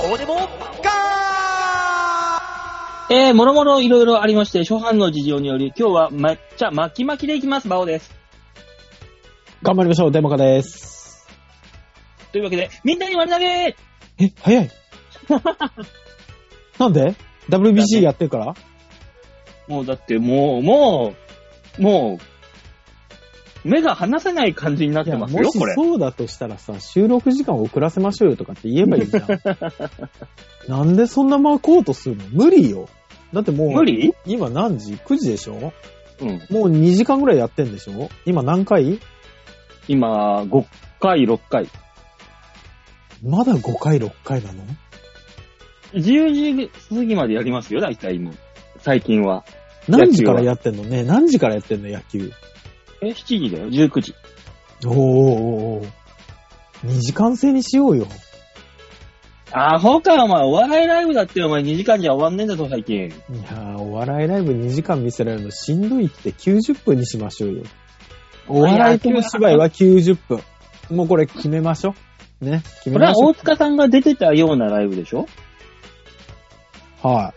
どうでもガもろもろいろいろありまして、諸般の事情により、今日は抹茶巻き巻きでいきます。バオです。 頑張りましょう。デモカです。 というわけで、みんなに丸投げ早い。なんで ?WBC やってるから？ もうだって、もう、目が離せない感じになってますよ、これ。 もしそうだとしたらさ、収録時間を遅らせましょうよとかって言えばいいじゃん。なんでそんな巻こうとするの？無理よ。だってもう、 無理？ 今何時？ 9 時でしょ？ うん。 もう2時間ぐらいやってんでしょ？今何回？ 今、5回、6回。 まだ5回、6回なの ？10時過ぎまでやりますよ、大体今。最近は。 何時からやってんのね？何時からやってんの野球。 7時だよ、19時。 おー。2時間制にしようよ。 アホか、お前。お笑いライブだってお前2時間じゃ終わんねえんだぞ、最近。 いやー、お笑いライブ2時間見せられるのしんどいって90分にしましょうよ。お笑いとお芝居は90分。もうこれ決めましょう。ね。決めこれはましょう。 大塚さんが出てたようなライブでしょ？ はい。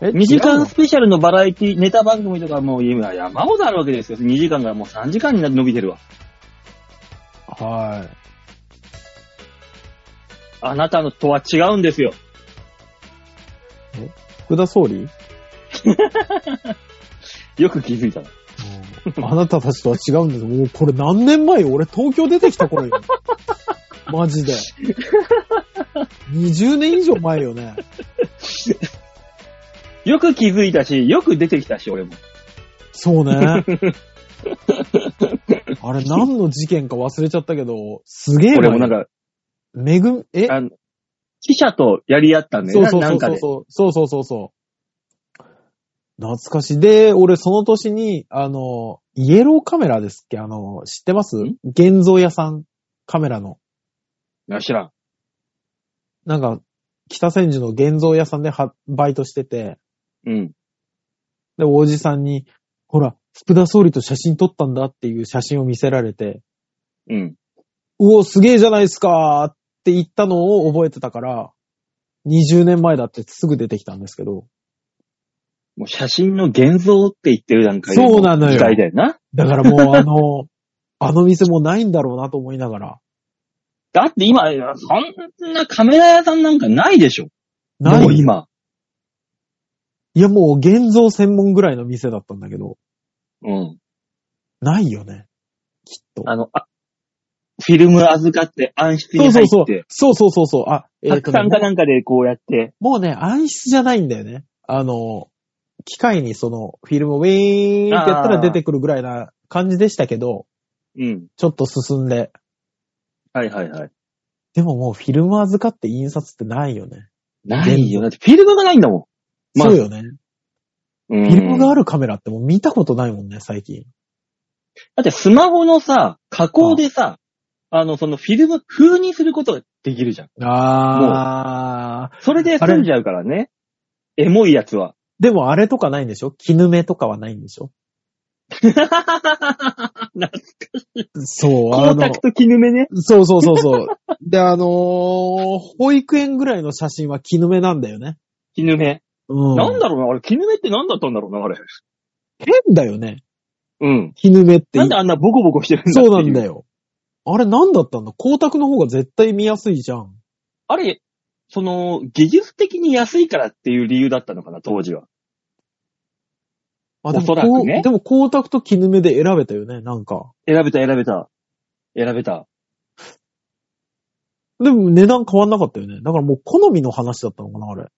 2時間スペシャルのバラエティネタ番組とかもう今山ほどあるわけですよ。2時間がもう3時間に伸びてるわ。 はい。 あなたのとは違うんですよ。 福田総理よく気づいたな。 あなたたちとは違うんです。もうこれ何年前よ？俺東京出てきた頃よ。マジで。20年以上前よね。 よく気づいたし、よく出てきたし、俺も。 そうね。あれ何の事件か忘れちゃったけど、すげえ前。 俺もなんか、記者とやり合ったんだよね。なんかで。 そう。懐かしい。で、俺その年に、イエローカメラですっけ？知ってます？現像屋さんカメラの。 いや、知らん。 なんか、北千住の現像屋さんでバイトしてて、 うん。 で、おじさんに、ほら、福田総理と写真撮ったんだっていう写真を見せられて、 うん。 うお、すげえじゃないですかって言ったのを覚えてたから、20年前だってすぐ出てきたんですけど。 もう写真の現像って言ってる段階で。 そうなのよ。 時代だよな。 だからもうあの店もないんだろうなと思いながら。 だって今、そんなカメラ屋さんなんかないでしょ。 ない。 もう今。 いやもう現像専門ぐらいの店だったんだけど。 うん。 ないよね。きっと。 フィルム預かって暗室に入って。 そう。 たくさんかなんかでこうやって。 もうね、暗室じゃないんだよね。機械にそのフィルムをウィーンってやったら出てくるぐらいな感じでしたけど。 うん。 ちょっと進んで。 はい。 でももうフィルム預かって印刷ってないよね。 ないよ。だってフィルムがないんだもん。 そうよね。 フィルムがあるカメラってもう見たことないもんね、最近。 だってスマホのさ、加工でさ、そのフィルム風にすることができるじゃん。それで済んじゃうからね。エモいやつは。 でもあれとかないんでしょ？絹目とかはないんでしょ？ 懐かしい。 そう、 光沢と絹目ね。 そう。で、保育園ぐらいの写真は絹目なんだよね。 絹目。 うん。 なんだろうな、あれ、絹目って何だったんだろうな、あれ。 変だよね。 うん。 絹目って。 なんであんなボコボコしてるんだっていう。 そうなんだよ。あれ何だったんだ？光沢の方が絶対見やすいじゃん。 あれ、技術的に安いからっていう理由だったのかな、当時は。 でもおそらくね。 でも光沢と絹目で選べたよね、なんか。 選べた。 でも値段変わんなかったよね。だからもう好みの話だったのかな、あれ。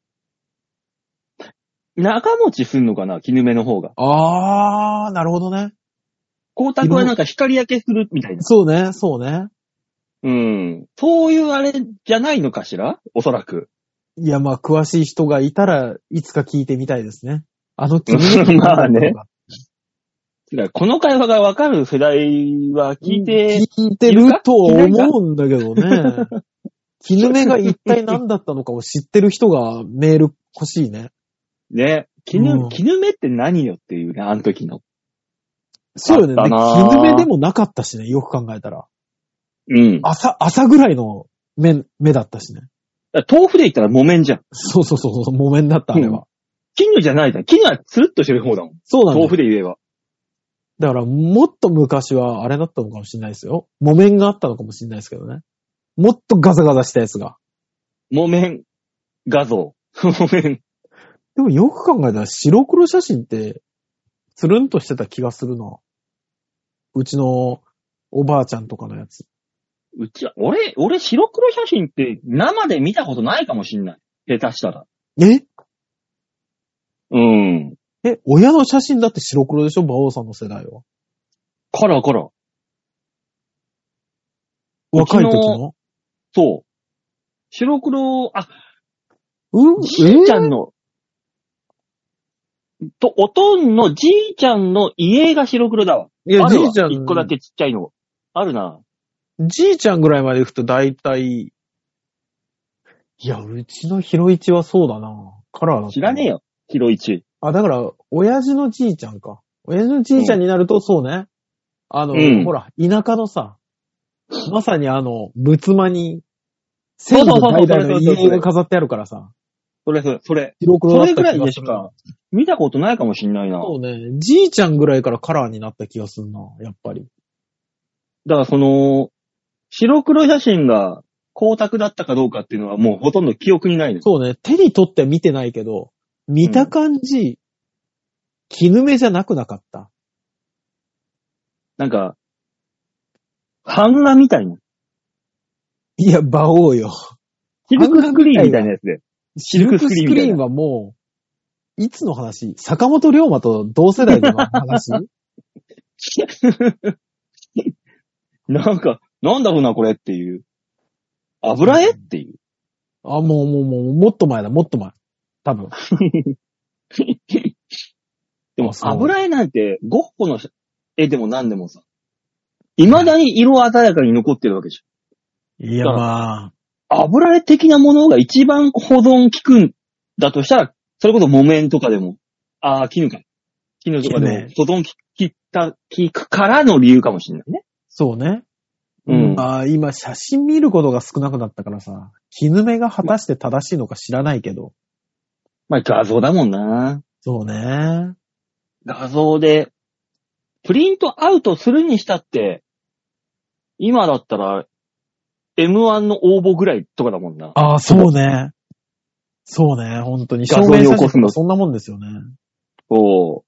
長持ちすんのかな、絹目の方が。 なるほどね。 光沢はなんか光焼けするみたいな。 そうね。 うん。そういうあれじゃないのかしら？おそらく。 いや、まあ、詳しい人がいたらいつか聞いてみたいですね。絹目まあね。この会話がわかる世代は聞いてると思うんだけどね。絹目が一体何だったのかを知ってる人がメール欲しいね。 ね。絹目って何よっていうね、あの時の。 そうよね。絹目でもなかったしね、よく考えたら。 うん。 朝ぐらいの目だったしね。 豆腐で言ったら木綿じゃん。 そう、木綿だった、あれは。 絹じゃないじゃん。絹はつるっとしてる方だもん。 そうなんだ。 豆腐で言えば。 だから、もっと昔はあれだったのかもしれないですよ。木綿があったのかもしれないですけどね。もっとガサガサしたやつが。 木綿画像。木綿。 でもよく考えたら白黒写真って、つるんとしてた気がするな。うちのおばあちゃんとかのやつ。 うちは、俺白黒写真って生で見たことないかもしんない。下手したら。うん。 親の写真だって白黒でしょ、馬王さんの世代は。 から。 若い時のそう。白黒、じいちゃんの、おとんのじいちゃんの家が白黒だわ。 いや、じいちゃん。 一個だけちっちゃいの。あるな。 じいちゃんぐらいまで行くと大体、いや、うちのヒロイチはそうだな。カラーだった。 知らねえよ、ヒロイチ。 だから、親父のじいちゃんか。親父のじいちゃんになると、そうね。ほら、田舎のさ、まさに仏間に、先祖代々の家が飾ってあるからさ。 それ。 白黒だった気がする。 それぐらいでしか見たことないかもしんないな。 そうね。じいちゃんぐらいからカラーになった気がするな、やっぱり。 だから白黒写真が光沢だったかどうかっていうのはもうほとんど記憶にないです。 そうね。手に取って見てないけど、見た感じ、絹目じゃなくなかった。 なんか、版画みたいな。 いや、馬王よ。 シルクスクリーンみたいなやつで。 シルクスクリーンはもう、いつの話？坂本龍馬と同世代での話なんか、なんだろうな、これっていう。油絵っていう。 もう、もっと前だ、もっと前。多分。 でも、油絵なんて、ゴッホの絵でも何でもさ、未だに色鮮やかに残ってるわけじゃん。いや、まあ。油絵的なものが一番保存効くんだとしたら、それこそ木綿とかでも、絹か。絹とかでも保存効くからの理由かもしれないね。 そうね。 うん。 今写真見ることが少なくなったからさ、絹目が果たして正しいのか知らないけど。 画像だもんな。 そうね。 画像で、プリントアウトするにしたって、今だったら、M1 の応募ぐらいとかだもんな。 そうね。そうね、本当に。証明写真とかそんなもんですよね。 そう。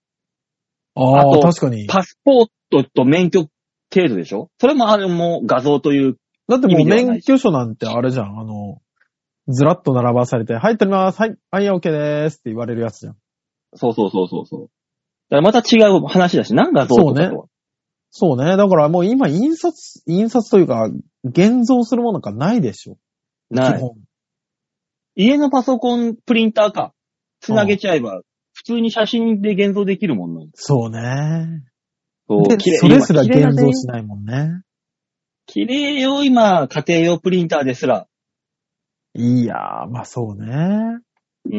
確かに。 パスポートと免許程度でしょ？それももう画像という。 だってもう免許証なんてあれじゃん。ずらっと並ばされて、はい、取ります。はい、OK でーすって言われるやつじゃん。 そう。だからまた違う話だし、なん画像とかとは。 そうね。だからもう今印刷というか、現像するものがないでしょ。 ない。家のパソコンプリンターか。つなげちゃえば、普通に写真で現像できるもんね。 そうね。 そう、 それすら現像しないもんね。 綺麗よ、今、家庭用プリンターですら。 いやー、そうね。 うん。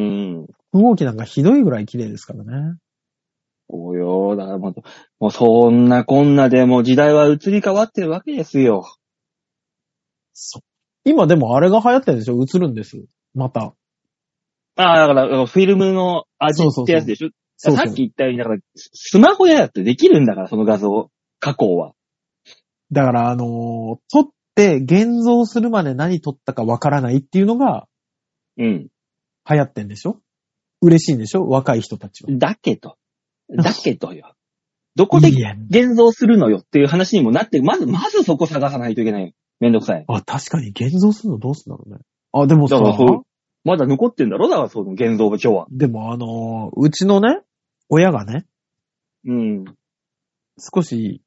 動きなんかひどいぐらい綺麗ですからね。 そうよ、だからもうそんなこんなでもう時代は移り変わってるわけですよ。 今でもあれが流行ってるんでしょ？映るんです。また。 だからフィルムの味ってやつでしょ？ そう。 さっき言ったように、だからスマホやだってできるんだから、その画像、加工は。 だから撮って現像するまで何撮ったかわからないっていうのが、 うん。 流行ってんでしょ？嬉しいんでしょ？若い人たちは。 だけどよ。どこで現像するのよっていう話にもなって、まずそこ探さないといけない。めんどくさい。 確かに現像するのどうすんだろうね。でもさ、 まだ残ってんだろ？だからその現像場は。 でもうちのね、親がね、 うん。 少し、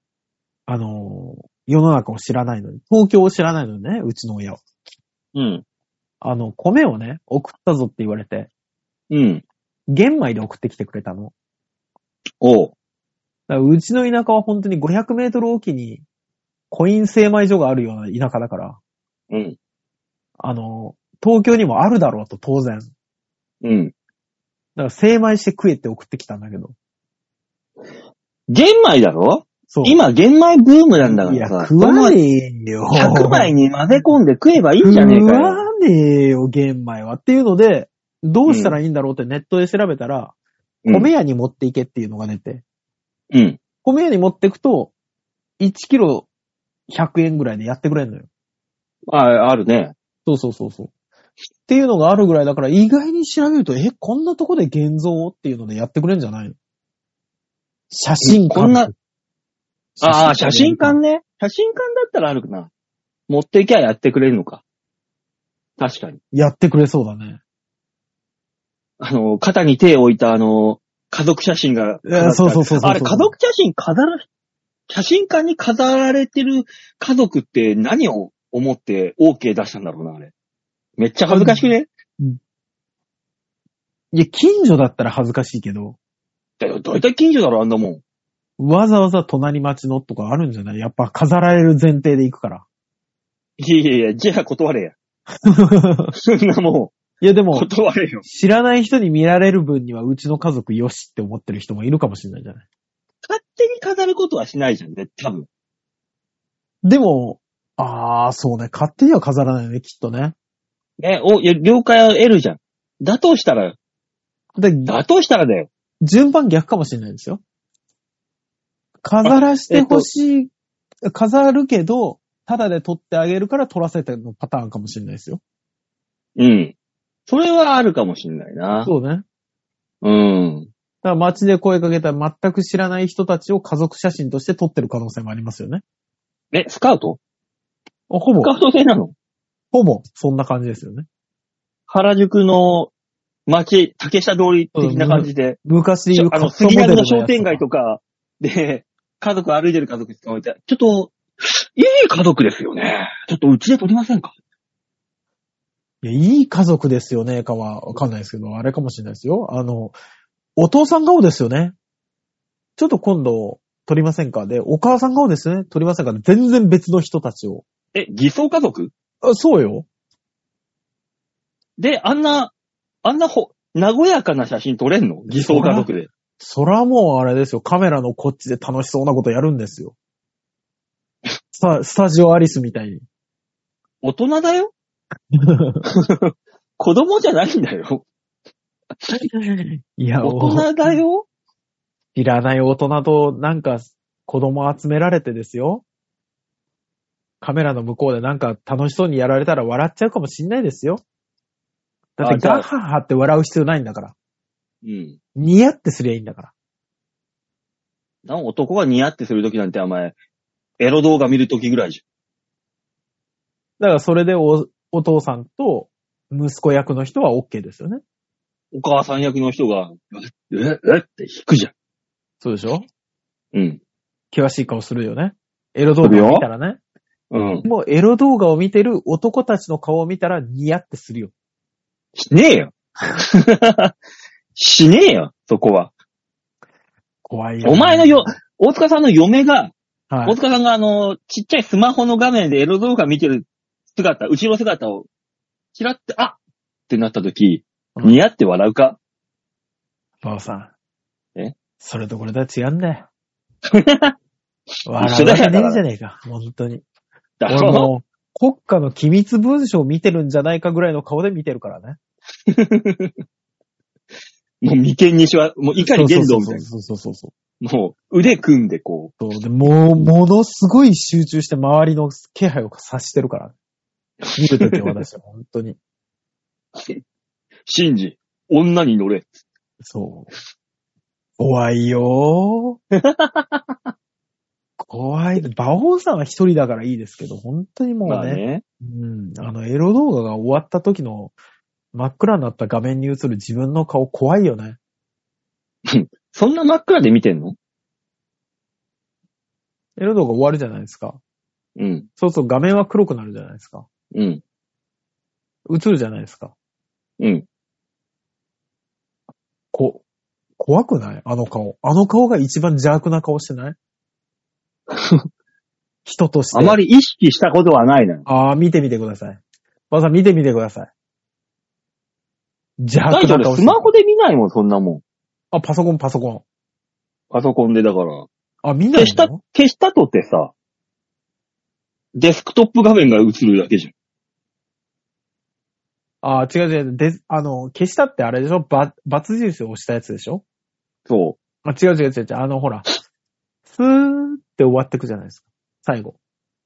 世の中を知らないのに、東京を知らないのにね、うちの親は。 うん。 米をね、送ったぞって言われて、 うん。 玄米で送ってきてくれたの。 おう。 だからうちの田舎は本当に500メートルおきに、コイン精米所があるような田舎だから、 うん。 東京にもあるだろうと当然。 うん。 だから精米して食えって送ってきたんだけど。 玄米だろ？ そう。 今玄米ブームなんだからさ。 いや、食わねえよ。 100米に混ぜ込んで食えばいいんじゃねえかよ。 食わねえよ、玄米は。っていうので、どうしたらいいんだろうってネットで調べたら、米屋に持っていけっていうのが出て。 うん。 米屋に持っていくと、1キロ100円ぐらいでやってくれんのよ。 あるね。 そう。っていうのがあるぐらいだから、意外に調べると、こんなとこで現像っていうのでやってくれんじゃないの？写真館。 こんな、写真館ね。写真館だったらあるかな。持っていきゃやってくれるのか。確かに。 やってくれそうだね。 肩に手を置いた家族写真が。 そう。 あれ、家族写真写真館に飾られてる家族って何を思って OK 出したんだろうな、あれ。めっちゃ恥ずかしくね？ いや、近所だったら恥ずかしいけど。 だいたい近所だろ、あんなもん。 わざわざ隣町のとかあるんじゃない？やっぱ飾られる前提で行くから。 いや、じゃあ断れや。そんなもん。 いやでも、 断れよ。 知らない人に見られる分にはうちの家族よしって思ってる人もいるかもしれないじゃない。 勝手に飾ることはしないじゃんね、多分。 でも、そうね。勝手には飾らないよね、きっとね。 了解を得るじゃん。だとしたらだよ。 順番逆かもしれないですよ。飾らしてほしい、飾るけど、ただで撮ってあげるから撮らせてのパターンかもしれないですよ。 うん。それはあるかもしれないな。 そうね。 うん。 だから街で声かけた全く知らない人たちを家族写真として撮ってる可能性もありますよね。 スカウト？ ほぼ。 スカウト制なの？ ほぼ、そんな感じですよね。 原宿の街、竹下通り的な感じで。 昔、 杉並の商店街とかで、家族歩いてる家族捕まえて、ちょっと、いい家族ですよね。ちょっとうちで撮りませんか？ いや、いい家族ですよね、かはわかんないですけど、あれかもしれないですよ。お父さん顔ですよね。ちょっと今度、撮りませんか？で、お母さん顔ですね。撮りませんか？全然別の人たちを。 偽装家族？ そうよ。 で、あんな和やかな写真撮れんの？偽装家族で。 そらもうあれですよ。カメラのこっちで楽しそうなことやるんですよ。スタジオアリスみたいに。 大人だよ子供じゃないんだよ。 いや、 大人だよ。 知らない大人となんか子供集められてですよ。カメラの向こうでなんか楽しそうにやられたら笑っちゃうかもしんないですよ。だってガッハッハって笑う必要ないんだから。 うん。 ニヤってすりゃいいんだから。 男がニヤってするときなんてお前、エロ動画見るときぐらいじゃん。だからそれでお父さんと息子役の人は OK ですよね。 お母さん役の人が、って引くじゃん。 そうでしょ？ うん。 険しい顔するよね。エロ動画を見たらね。 うん。 もうエロ動画を見てる男たちの顔を見たらニヤってするよ。 しねえよ。しねえよ、そこは。 怖いよ、 ね。お前の大塚さんの嫁が、はい、大塚さんがちっちゃいスマホの画面でエロ動画見てる姿、後ろ姿を、チラって、ってなった時、ニヤって笑うか？ ばあさん。それとこれとは違うんだよ。笑うわけねえじゃねえか、本当に。俺もう、国家の機密文書を見てるんじゃないかぐらいの顔で見てるからね。 もう眉間にしわ、もう怒り言動みたいな。 そう。 もう腕組んでこう。 そうで、ものすごい集中して周りの気配を察してるから。見るときは私は本当に。 シンジ、女に乗れ。 そう。怖いよー。怖い。馬王さんは一人だからいいですけど、本当にもうね。エロ動画が終わった時の真っ暗になった画面に映る自分の顔怖いよね。 そんな真っ暗で見てんの？ エロ動画終わるじゃないですか。 うん。 そう画面は黒くなるじゃないですか。 うん。 映るじゃないですか。 うん。 怖くない？あの顔。あの顔が一番邪悪な顔してない？人として。 あまり意識したことはないな。 見てみてください。ばあさん見てみてください。邪悪な顔して。 スマホで見ないもん、そんなもん。 パソコン。 パソコンでだから。 見ないの？ 消したとってさ、デスクトップ画面が映るだけじゃん。 ああ、違う違う。消したってあれでしょ？×印を押したやつでしょ？ そう。 あ、違う違う違う違う。ほら、スーって終わってくじゃないですか。最後。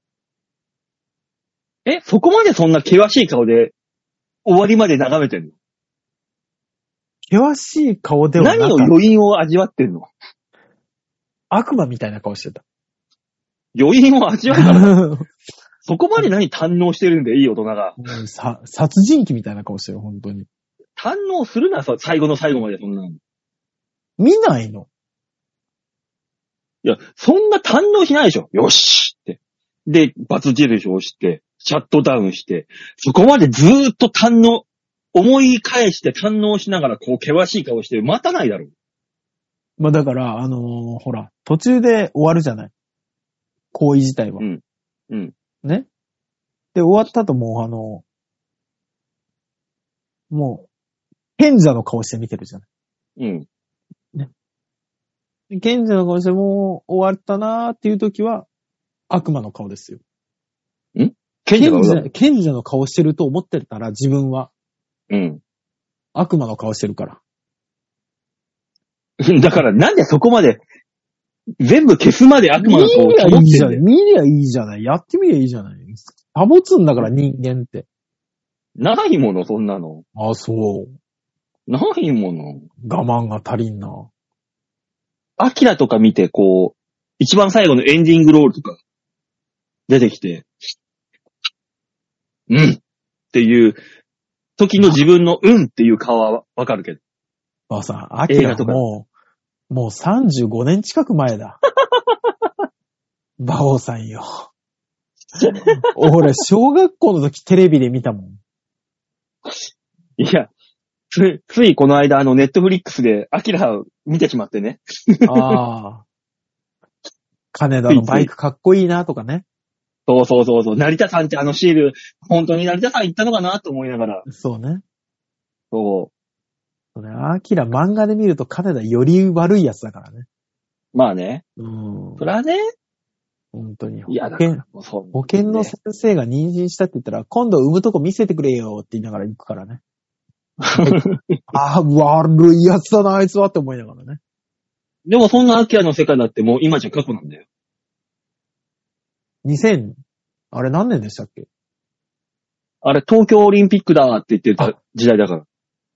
そこまでそんな険しい顔で終わりまで眺めてんの？ 険しい顔ではなかった。 何を余韻を味わってんの？ 悪魔みたいな顔してた。 余韻を味わうから。そこまで何堪能してるんでいい大人が。 殺人鬼みたいな顔してる、本当に。 堪能するな、最後の最後までそんなの。 見ないの？ いや、そんな堪能しないでしょ。よしって。で、×印を押して、シャットダウンして、そこまでずーっと思い返して堪能しながらこう険しい顔して待たないだろう。 まあだから、ほら、途中で終わるじゃない。行為自体は。 うん。うん。 ね。で、終わった後ももう、賢者の顔して見てるじゃない。 うん。 ね。賢者の顔してもう終わったなーっていう時は、悪魔の顔ですよ。賢者の顔してると思ってたら自分は。 うん。 悪魔の顔してるから。 だからなんでそこまで、全部消すまで悪魔の顔を保ってんだよ。 見りゃいいじゃない。やってみりゃいいじゃない。保つんだから人間って。 ないもの、そんなの。 あ、そう。 ないもの。 我慢が足りんな。 アキラとか見て、こう、一番最後のエンディングロールとか、出てきて、っていう、時の自分のっていう顔はわかるけど。 ばあさん、アキラもう35年近く前だ。馬王さんよ。俺、小学校の時テレビで見たもん。 いや、ついこの間、ネットフリックスで、アキラ見てしまってね。 ああ。金田のバイクかっこいいなとかね。 そう。成田さんってシール、本当に成田さん行ったのかなと思いながら。 そうね。 そうね。アキラ漫画で見ると金田より悪いやつだからね。 まあね。それはね。 本当に。 いや、 保健の先生が妊娠したって言ったら、今度産むとこ見せてくれよって言いながら行くからね。ああ、悪いやつだな、あいつはって思いながらね。 でもそんなアキラの世界だってもう今じゃ過去なんだよ。 あれ何年でしたっけ？ あれ東京オリンピックだって言ってた時代だから。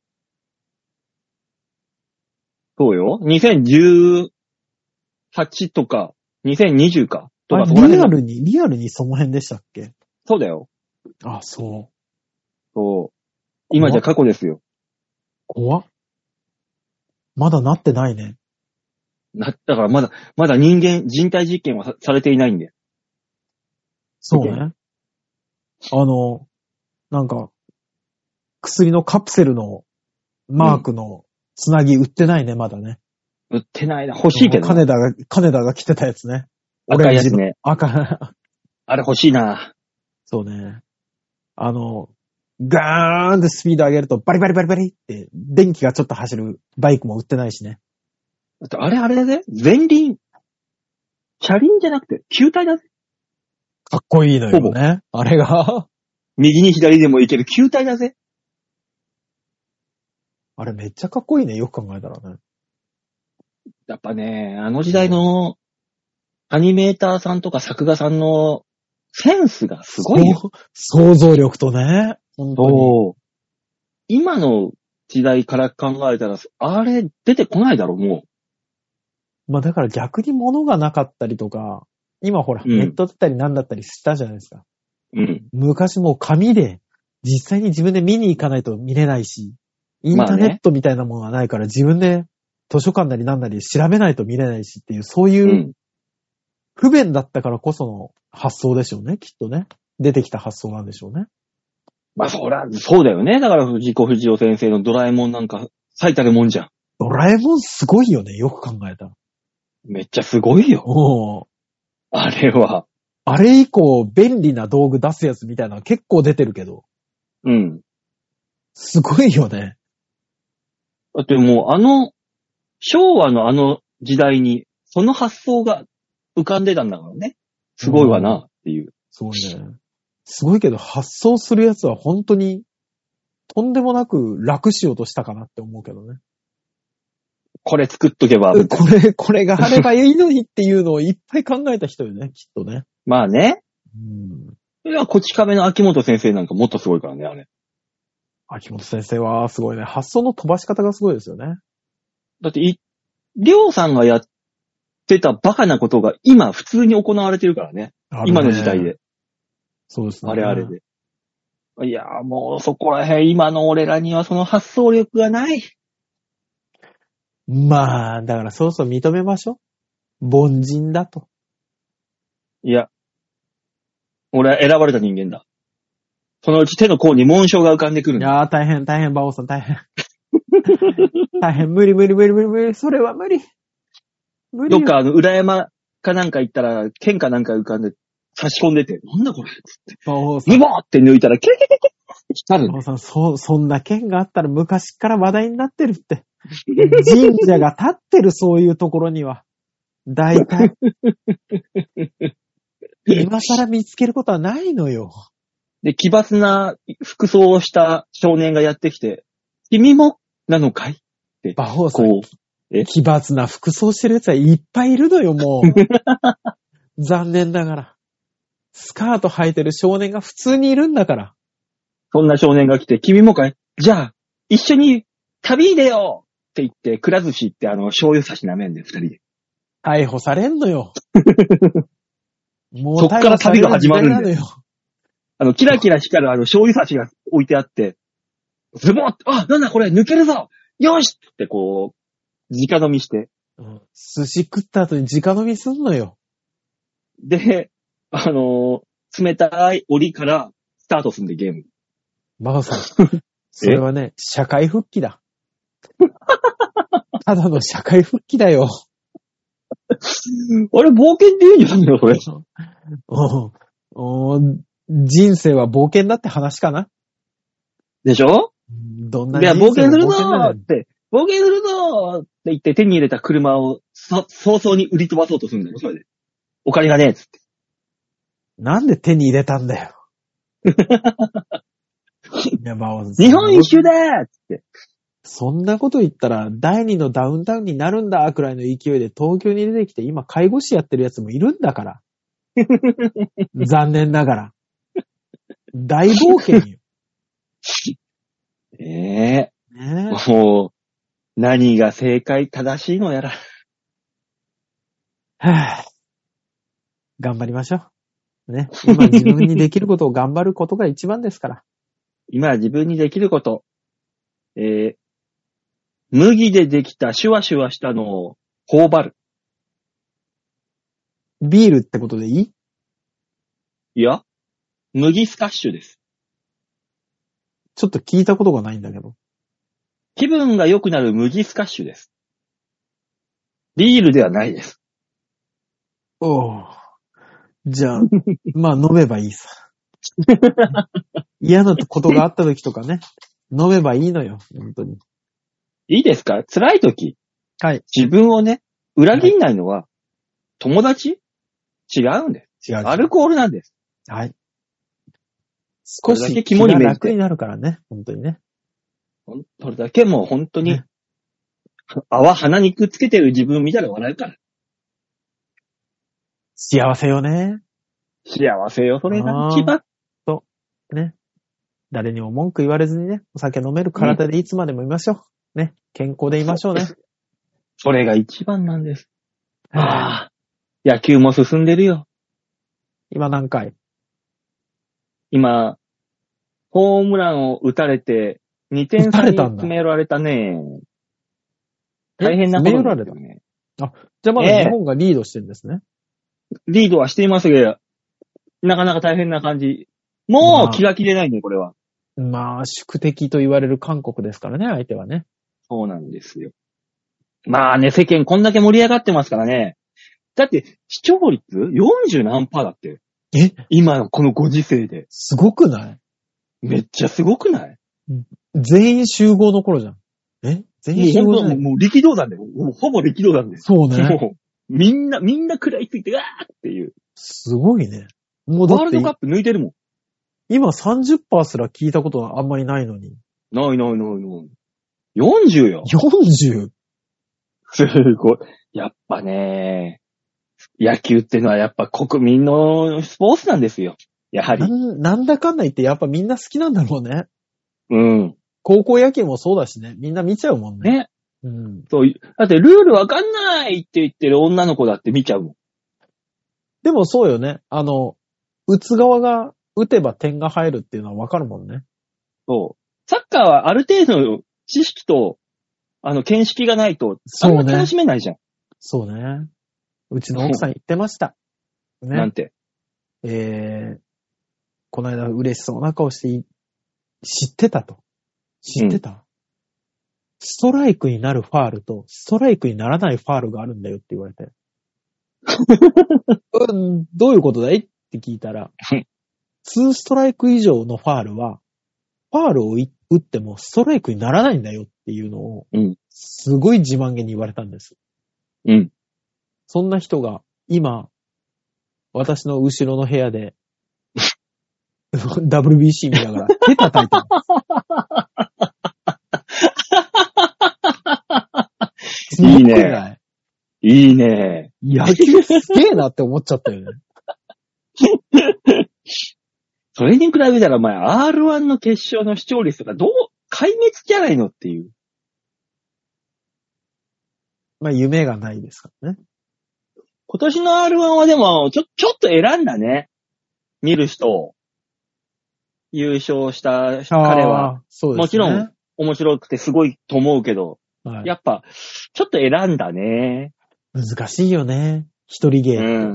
そうよ。2018とか、2020か。とかリアルにその辺でしたっけ？ そうだよ。 あ、そう。 そう。今じゃ過去ですよ。 怖っ。まだなってないね。 だからまだ人体実験はされていないんで。 そうね。なんか、薬のカプセルのマークのつなぎ売ってないね、まだね。 売ってないな。欲しいけど。 金田が着てたやつね。 赤いやつね。 赤。 あれ欲しいな。そうね。ガーンってスピード上げるとバリバリバリバリって電気がちょっと走るバイクも売ってないしね。 あれだぜ。前輪。車輪じゃなくて球体だぜ。 かっこいいのよね。あれが。 右に左でもいける球体だぜ。 あれめっちゃかっこいいね。よく考えたらね。 やっぱね、あの時代のアニメーターさんとか作画さんのセンスがすごいよ。 想像力とね。本当に。 今の時代から考えたら、あれ出てこないだろ、もう。まあだから逆に物がなかったりとか、今ほら、ネットだったり何だったりしたじゃないですか。 うん。 昔もう紙で、実際に自分で見に行かないと見れないし、インターネットみたいなものがないから自分で図書館なり何なり調べないと見れないしっていう、そういう不便だったからこその発想でしょうね、きっとね。出てきた発想なんでしょうね。 まあそうだよね。だから藤子不二雄先生のドラえもんなんか最たるもんじゃん。 ドラえもんすごいよね、よく考えたら。 めっちゃすごいよ。あれは。 あれ以降便利な道具出すやつみたいなの結構出てるけど。 うん。 すごいよね。 だってもう昭和の時代にその発想が浮かんでたんだからね。すごいわなっていう。 そうね。すごいけど発想するやつは本当にとんでもなく楽しようとしたかなって思うけどね。 これ作っとけば。 これがあればいいのにっていうのをいっぱい考えた人よね、きっとね。 まあね。 うん。 いや、こち亀の秋元先生なんかもっとすごいからね、あれ。 秋元先生はすごいね。発想の飛ばし方がすごいですよね。 だって、りょうさんがやってたバカなことが今普通に行われてるからね。今の時代で。 そうですね。 あれあれで。いや、もうそこら辺、今の俺らにはその発想力がない。 まあ、だからそうそう認めましょう。凡人だと。 いや、俺は選ばれた人間だ。そのうち手の甲に紋章が浮かんでくるんだ。 いやー、大変、馬王さん、大変。大変、無理、それは無理。 どっか裏山かなんか行ったら、剣かなんか浮かんで、差し込んでて、なんだこれつって。ズボーって抜いたら、キラキラキラって光る。 馬王さん、そんな剣があったら昔から話題になってるって。神社が立ってるそういうところには。大体。今更見つけることはないのよ。 で、奇抜な服装をした少年がやってきて、君もなのかいって。 馬王さん、奇抜な服装してる奴はいっぱいいるのよ、もう。残念ながら。スカート履いてる少年が普通にいるんだから。 そんな少年が来て、君もかい？じゃあ、一緒に旅に出ようって言って、くら寿司って醤油差しなめんで、二人で。 逮捕されんのよ。 もうそっから旅が始まるんだよ。キラキラ光る醤油差しが置いてあって、ズボッなんだこれ抜けるぞよしってこう、直飲みして。 寿司食った後に直飲みすんのよ。 で、冷たい檻からスタートすんでゲーム。 マガさん。それはね、社会復帰だ。ただの社会復帰だよ。 あれ、冒険って言うんじゃないのこれ。 人生は冒険だって話かなでしょ？ どんな人生も冒険するぞーって、冒険するぞーって言って手に入れた車を早々に売り飛ばそうとするんだよ、それで。お金がねえっつって。 なんで手に入れたんだよ。 日本一周だーっつって。 そんなこと言ったら、第二のダウンタウンになるんだくらいの勢いで東京に出てきて、今介護士やってるやつもいるんだから。残念ながら。大冒険よ。 ねえ。もう、何が正解正しいのやら。 頑張りましょう。ね。今自分にできることを頑張ることが一番ですから。 今自分にできること。麦でできたシュワシュワしたのを頬張る。 ビールってことでいい？ いや、麦スカッシュです。 ちょっと聞いたことがないんだけど。 気分が良くなる麦スカッシュです。ビールではないです。 おう。じゃあ、まあ飲めばいいさ。嫌なことがあった時とかね、飲めばいいのよ、本当に。 いいですか？辛い時。 はい。 自分をね、裏切んないのは、友達？違うんです。 違う。 アルコールなんです。 はい。少し気が楽になるからね、本当にね。 それだけもう本当に、ね、泡鼻にくっつけてる自分見たら笑うから。 幸せよね。 幸せよ、それが一番。 そう。ね。誰にも文句言われずにね、お酒飲める体でいつまでもいましょう。ね。健康でいましょうね。 それが一番なんです。ああ。野球も進んでるよ。 今何回？ 今、ホームランを打たれて、2点差に詰められたね。大変なことになってるね。 あ、じゃあまだ日本がリードしてるんですね。 リードはしていますが、なかなか大変な感じ。もう気が切れないね、これは。 まあ、宿敵と言われる韓国ですからね、相手はね。 そうなんですよ。まあね、世間こんだけ盛り上がってますからね。だって、視聴率 40 何%だって。今のこのご時世で。 すごくない？ めっちゃすごくない？ 全員集合の頃じゃん。全員集合じゃん。 もう力道山だよ。ほぼ力道山です。 そうね。 もうみんな食らいついて、わーっていう。 すごいね。 もうだってワールドカップ抜いてるもん。 今 30% すら聞いたことはあんまりないのに。 ない。40よ。 40? すごい。やっぱね、野球ってのはやっぱ国民のスポーツなんですよ。やはり。 なんだかんだ言ってやっぱみんな好きなんだろうね。 うん。 高校野球もそうだしね。みんな見ちゃうもんね。 ね。 うん。 そう。だってルールわかんないって言ってる女の子だって見ちゃうもん。 でもそうよね。打つ側が打てば点が入るっていうのはわかるもんね。 そう。サッカーはある程度の知識と、見識がないと、 そうね。 あんま楽しめないじゃん。 そうね。うちの奥さん言ってました。ね。 なんて。 この間嬉しそうな顔して知ってたと。知ってた、ストライクになるファールと、ストライクにならないファールがあるんだよって言われて。どういうことだいって聞いたら、2ストライク以上のファールは、ファールを打ってもストライクにならないんだよっていうのを、すごい自慢げに言われたんです。 うん。 そんな人が、今、私の後ろの部屋で、WBC 見ながら手叩いてます。 いいね。いいね。 野球すげえなって思っちゃったよね。 それに比べたらお前 R1 の決勝の視聴率とか壊滅じゃないのっていう。 まあ夢がないですからね。 今年の R1 はでもちょっと選んだね。見る人を。優勝した彼は。そうですね。もちろん面白くてすごいと思うけど、はい、やっぱちょっと選んだね。 難しいよね。一人芸って。うん、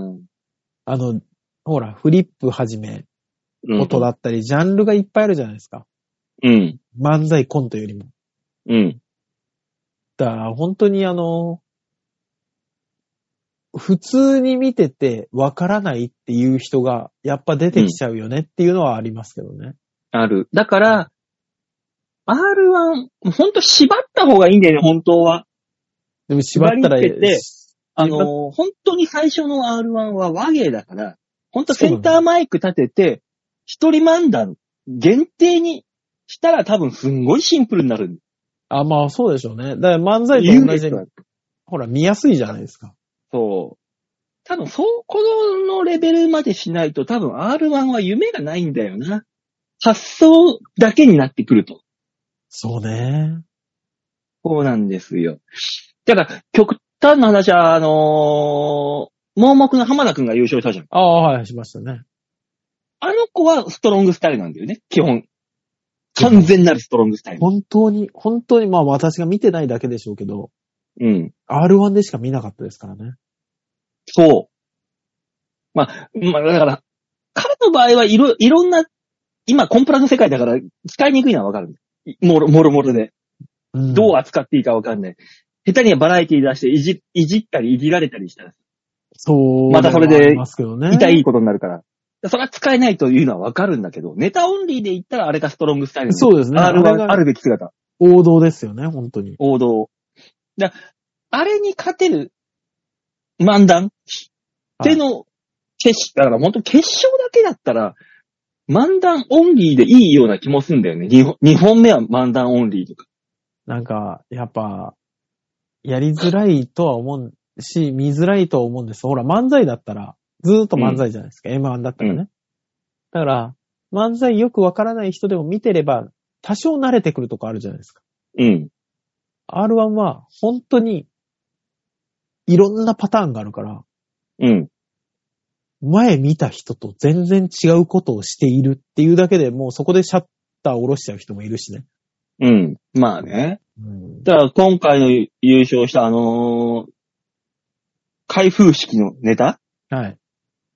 ほら、フリップはじめ、音だったり、ジャンルがいっぱいあるじゃないですか。 うん。 漫才コントよりも。 うん。 だから、本当に普通に見ててわからないっていう人が、やっぱ出てきちゃうよねっていうのはありますけどね。 ある。だから、R1、ほんと縛った方がいいんだよね、本当は。 でも縛ったら本当に最初の R1 は和芸だから、本当センターマイク立てて、一人漫談限定にしたら多分すんごいシンプルになる。 あ、まあそうでしょうね。だから漫才と同じで、ほら見やすいじゃないですか。 そう。多分このレベルまでしないと多分 R1 は夢がないんだよな。発想だけになってくると。 そうね。 そうなんですよ。だから、極端な話は、盲目の浜田くんが優勝したじゃん。 ああ、はい、しましたね。 あの子はストロングスタイルなんだよね、基本。完全なるストロングスタイル。 本当に、まあ私が見てないだけでしょうけど。 うん。 R1 でしか見なかったですからね。 そう。まあ、だから、彼の場合はいろんな、今コンプラの世界だから使いにくいのはわかる。もろで。どう扱っていいかわかんない。下手にはバラエティ出していじったりいじられたりしたら。 そう。 またそれで、痛いことになるから。それは使えないというのはわかるんだけど、ネタオンリーで言ったらあれがストロングスタイル。 そうですね。 あるべき姿。 王道ですよね、本当に。 王道。あれに勝てる漫談っての、だから本当決勝だけだったら、漫談オンリーでいいような気もするんだよね。2本目は漫談オンリーとか。 なんか、やっぱ、やりづらいとは思うし、見づらいとは思うんです。ほら、漫才だったら、ずーっと漫才じゃないですか。M1 だったらね。だから、漫才よくわからない人でも見てれば、多少慣れてくるとこあるじゃないですか。 うん。 R1 は、本当に、いろんなパターンがあるから、 うん。 前見た人と全然違うことをしているっていうだけでもうそこでシャッターを下ろしちゃう人もいるしね。 うん。まあね。だから今回の優勝した開封式のネタ？ はい。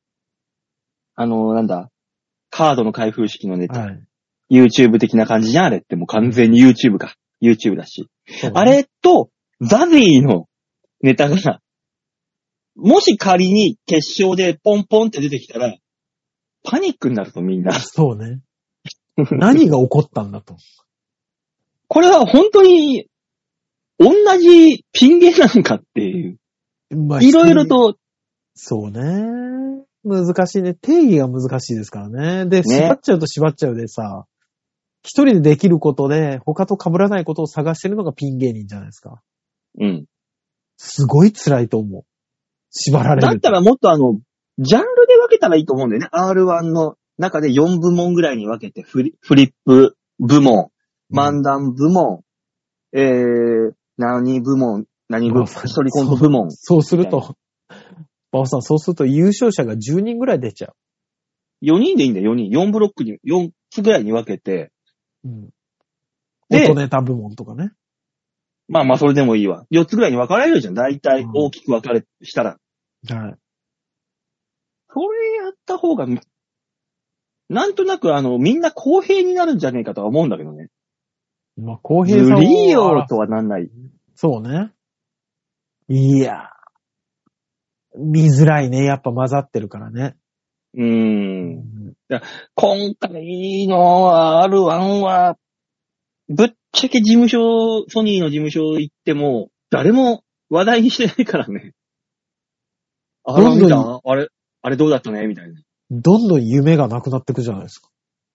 なんだカードの開封式のネタ。はい。YouTube 的な感じじゃんあれってもう完全に YouTube か。YouTube だし。ね、あれと、ザゼィのネタが、もし仮に決勝でポンポンって出てきたら、パニックになるとみんな。そうね。何が起こったんだと。これは本当に、同じピン芸なのかっていう。まあ、いろいろと。そうね。難しいね。定義が難しいですからね。で、縛っちゃうと縛っちゃうでさ、 一人でできることで、他と被らないことを探してるのがピン芸人じゃないですか。 うん。 すごい辛いと思う。縛られる。 だったらもっとジャンルで分けたらいいと思うんだよね。R1 の中で4部門ぐらいに分けて、フリップ部門、漫談部門、何部門、一人コント部門。 そうすると、バオさん、そうすると優勝者が10人ぐらい出ちゃう。4人でいいんだよ、4人。4ブロックに、4つぐらいに分けて。 うん。で、音ネタ部門とかね。 まあ、それでもいいわ。4つぐらいに分かれるじゃん。大体大きく分かれ、したら。 はい。 それやった方が、なんとなくみんな公平になるんじゃねえかとは思うんだけどね。 まあ、公平さは。 ずりーよとはなんない。 そうね。いや。見づらいね。やっぱ混ざってるからね。 今回の R1 は、ぶっちゃけソニーの事務所行っても、誰も話題にしてないからね。R1 見た？あれどうだったねみたいな。 どんどん夢がなくなってくじゃないですか。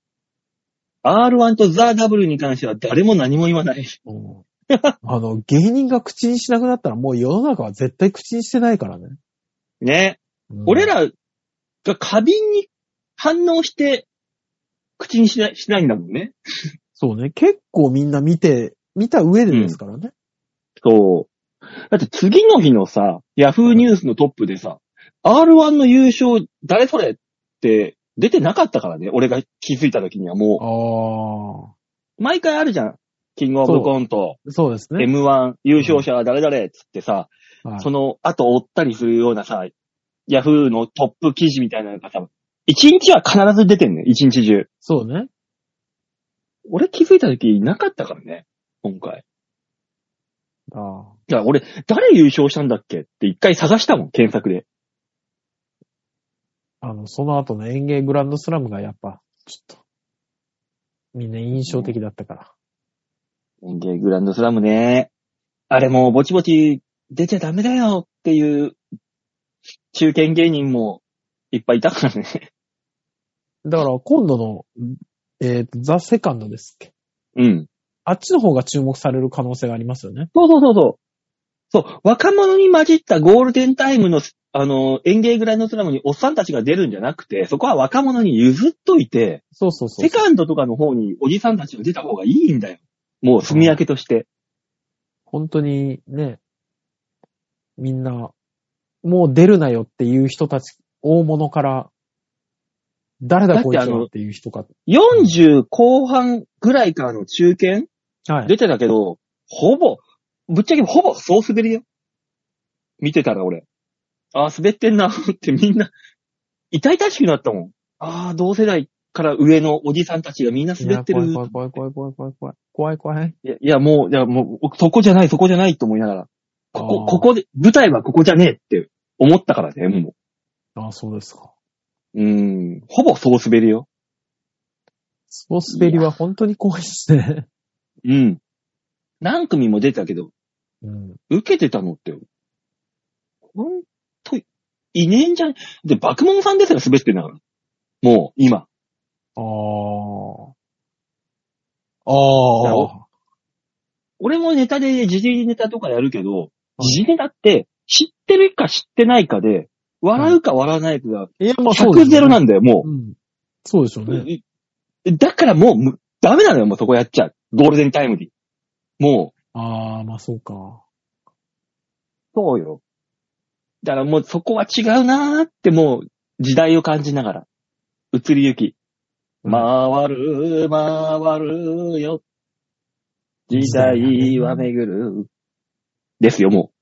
R1 とザ・ W に関しては誰も何も言わない。 芸人が口にしなくなったらもう世の中は絶対口にしてないからね。 ね。俺らが過敏に反応して、口にしないんだもんね。 そうね。結構みんな見た上でですからね。 そう。だって次の日のさ、ヤフーニュースのトップでさ、R1 の優勝、誰それって出てなかったからね。俺が気づいた時にはもう。毎回あるじゃん。キングオブコント。 そうですね。 M1 優勝者は誰々っつってさ、その後追ったりするようなさ、ヤフーのトップ記事みたいなのがさ、一日は必ず出てんね。一日中。 そうね。 俺気づいた時なかったからね。今回。だから俺、誰優勝したんだっけって一回探したもん、検索で。 その後の演芸グランドスラムがやっぱ、ちょっと、みんな印象的だったから。 演芸グランドスラムね。あれもうぼちぼち出ちゃダメだよっていう中堅芸人もいっぱいいたからね。 だから今度の、ザ・セカンドですっけ。 うん。 あっちの方が注目される可能性がありますよね。 そう、若者に混じったゴールデンタイムの、演芸グランドスラムにおっさんたちが出るんじゃなくて、そこは若者に譲っといて、 そう。 セカンドとかの方におじさんたちが出た方がいいんだよ。もう住み分けとして。 本当にね、みんな、もう出るなよっていう人たち、大物から、誰だこいつらっていう人か。 40後半ぐらいからの中堅、 はい、 出てたけど、ぶっちゃけほぼそう滑りよ。見てたら俺。滑ってんなってみんな、痛々しくなったもん。同世代から上のおじさんたちがみんな滑ってる。 怖い。 いや、もう、そこじゃないと思いながら。ここで、舞台はここじゃねえって思ったからね、もう。そうですか。 ほぼそう滑りよ。 そう滑りは本当に怖いですね。 何組も出たけど、受けてたのって、ほんと、いねえんじゃねで、爆問さんですら滑ってんだから。もう、今。俺もネタで、時事ネタとかやるけど、時事ネタって、知ってるか知ってないかで、笑うか笑わないかが、100ゼロなんだよ、もう。 そうでしょうね。 だからもう、ダメなのよ、もうそこやっちゃう。ゴールデンタイムに。もう。 まあそうか。 そうよ。だからもうそこは違うなーってもう、時代を感じながら、移りゆき。回るよ。時代は巡る。ですよ、もう。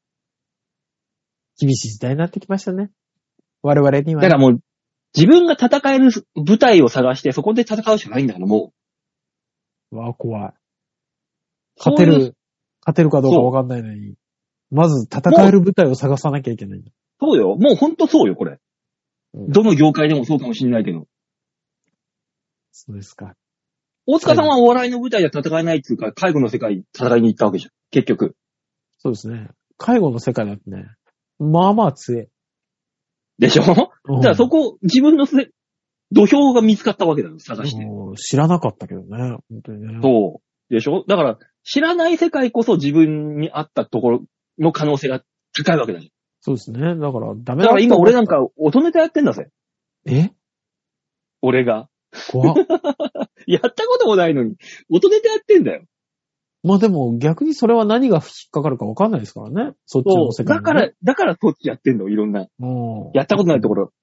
厳しい時代になってきましたね。我々には。 だからもう、自分が戦える舞台を探して、そこで戦うしかないんだから、もう。怖い。勝てるかどうかわかんないのに。まず戦える舞台を探さなきゃいけない。 そうよ。もうほんとそうよ、これ。どの業界でもそうかもしれないけど。 そうですか。 大塚さんはお笑いの舞台で戦えないっていうか、介護の世界戦いに行ったわけじゃん。結局。 そうですね。介護の世界だってね。まあまあ強い。 でしょ？だからそこ、自分の土俵が見つかったわけだよ、探して。 知らなかったけどね、本当にね。 そう。でしょ？だから、知らない世界こそ自分に合ったところの可能性が高いわけだよ。 そうですね。だからダメだから今俺なんか音ネタやってんだぜ。 え？ 俺が。 怖っ。 やったこともないのに、音ネタやってんだよ。 まあでも逆にそれは何が引っかかるか分かんないですからね。そっちの世界、ね。 だからそっちやってんの、いろんな。やったことないところ。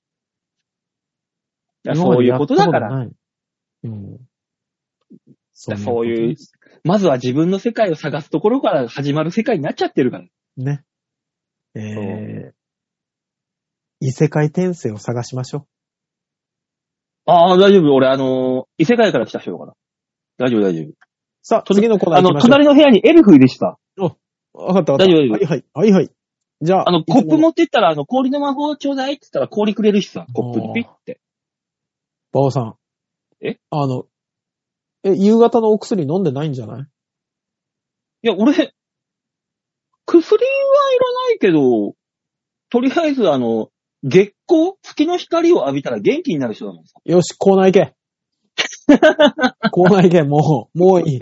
そういうことだから。うん。そういう、まずは自分の世界を探すところから始まる世界になっちゃってるから。 ね。異世界転生を探しましょう。 ああ、大丈夫。俺、異世界から来た人だから。大丈夫。 さあ、次のコーナー行きましょう。 隣の部屋にエルフいるしさ。 わかった。 大丈夫。 はい。じゃあ。 コップ持ってったら、氷の魔法ちょうだいって言ったら氷くれるしさ。コップにピッて。 バオさん。夕方のお薬飲んでないんじゃない？いや、俺、薬はいらないけど、とりあえず月光月の光を浴びたら元気になる人なんですか？ よし、コーナー行け。コーナー行け、もういい。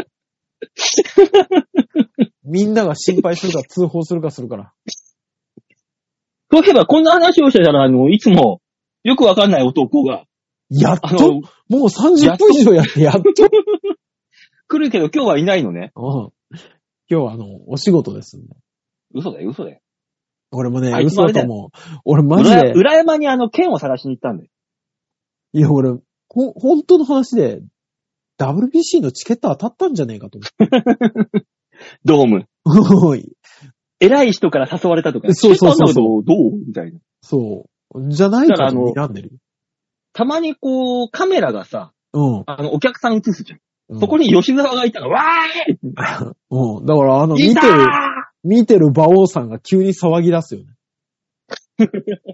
みんなが心配するか通報するかするから。 そういえば、こんな話をしてたら、いつも、よくわかんない男が。 やっともう30分以上やって、やっと来るけど今日はいないのね。 今日はお仕事ですんで。 嘘だよ。 俺もね、嘘だと思う。俺マジで。 裏山に剣を探しに行ったんだよ。 いや、俺、本当の話で、WBC のチケット当たったんじゃねえかと思って。 ドーム。偉い人から誘われたとか。 そう。どうみたいな。 そう。じゃないかと睨んでる。 たまにカメラがさ、お客さん映すじゃん。そこに吉沢がいたら、わーいだから見てる馬王さんが急に騒ぎ出すよね。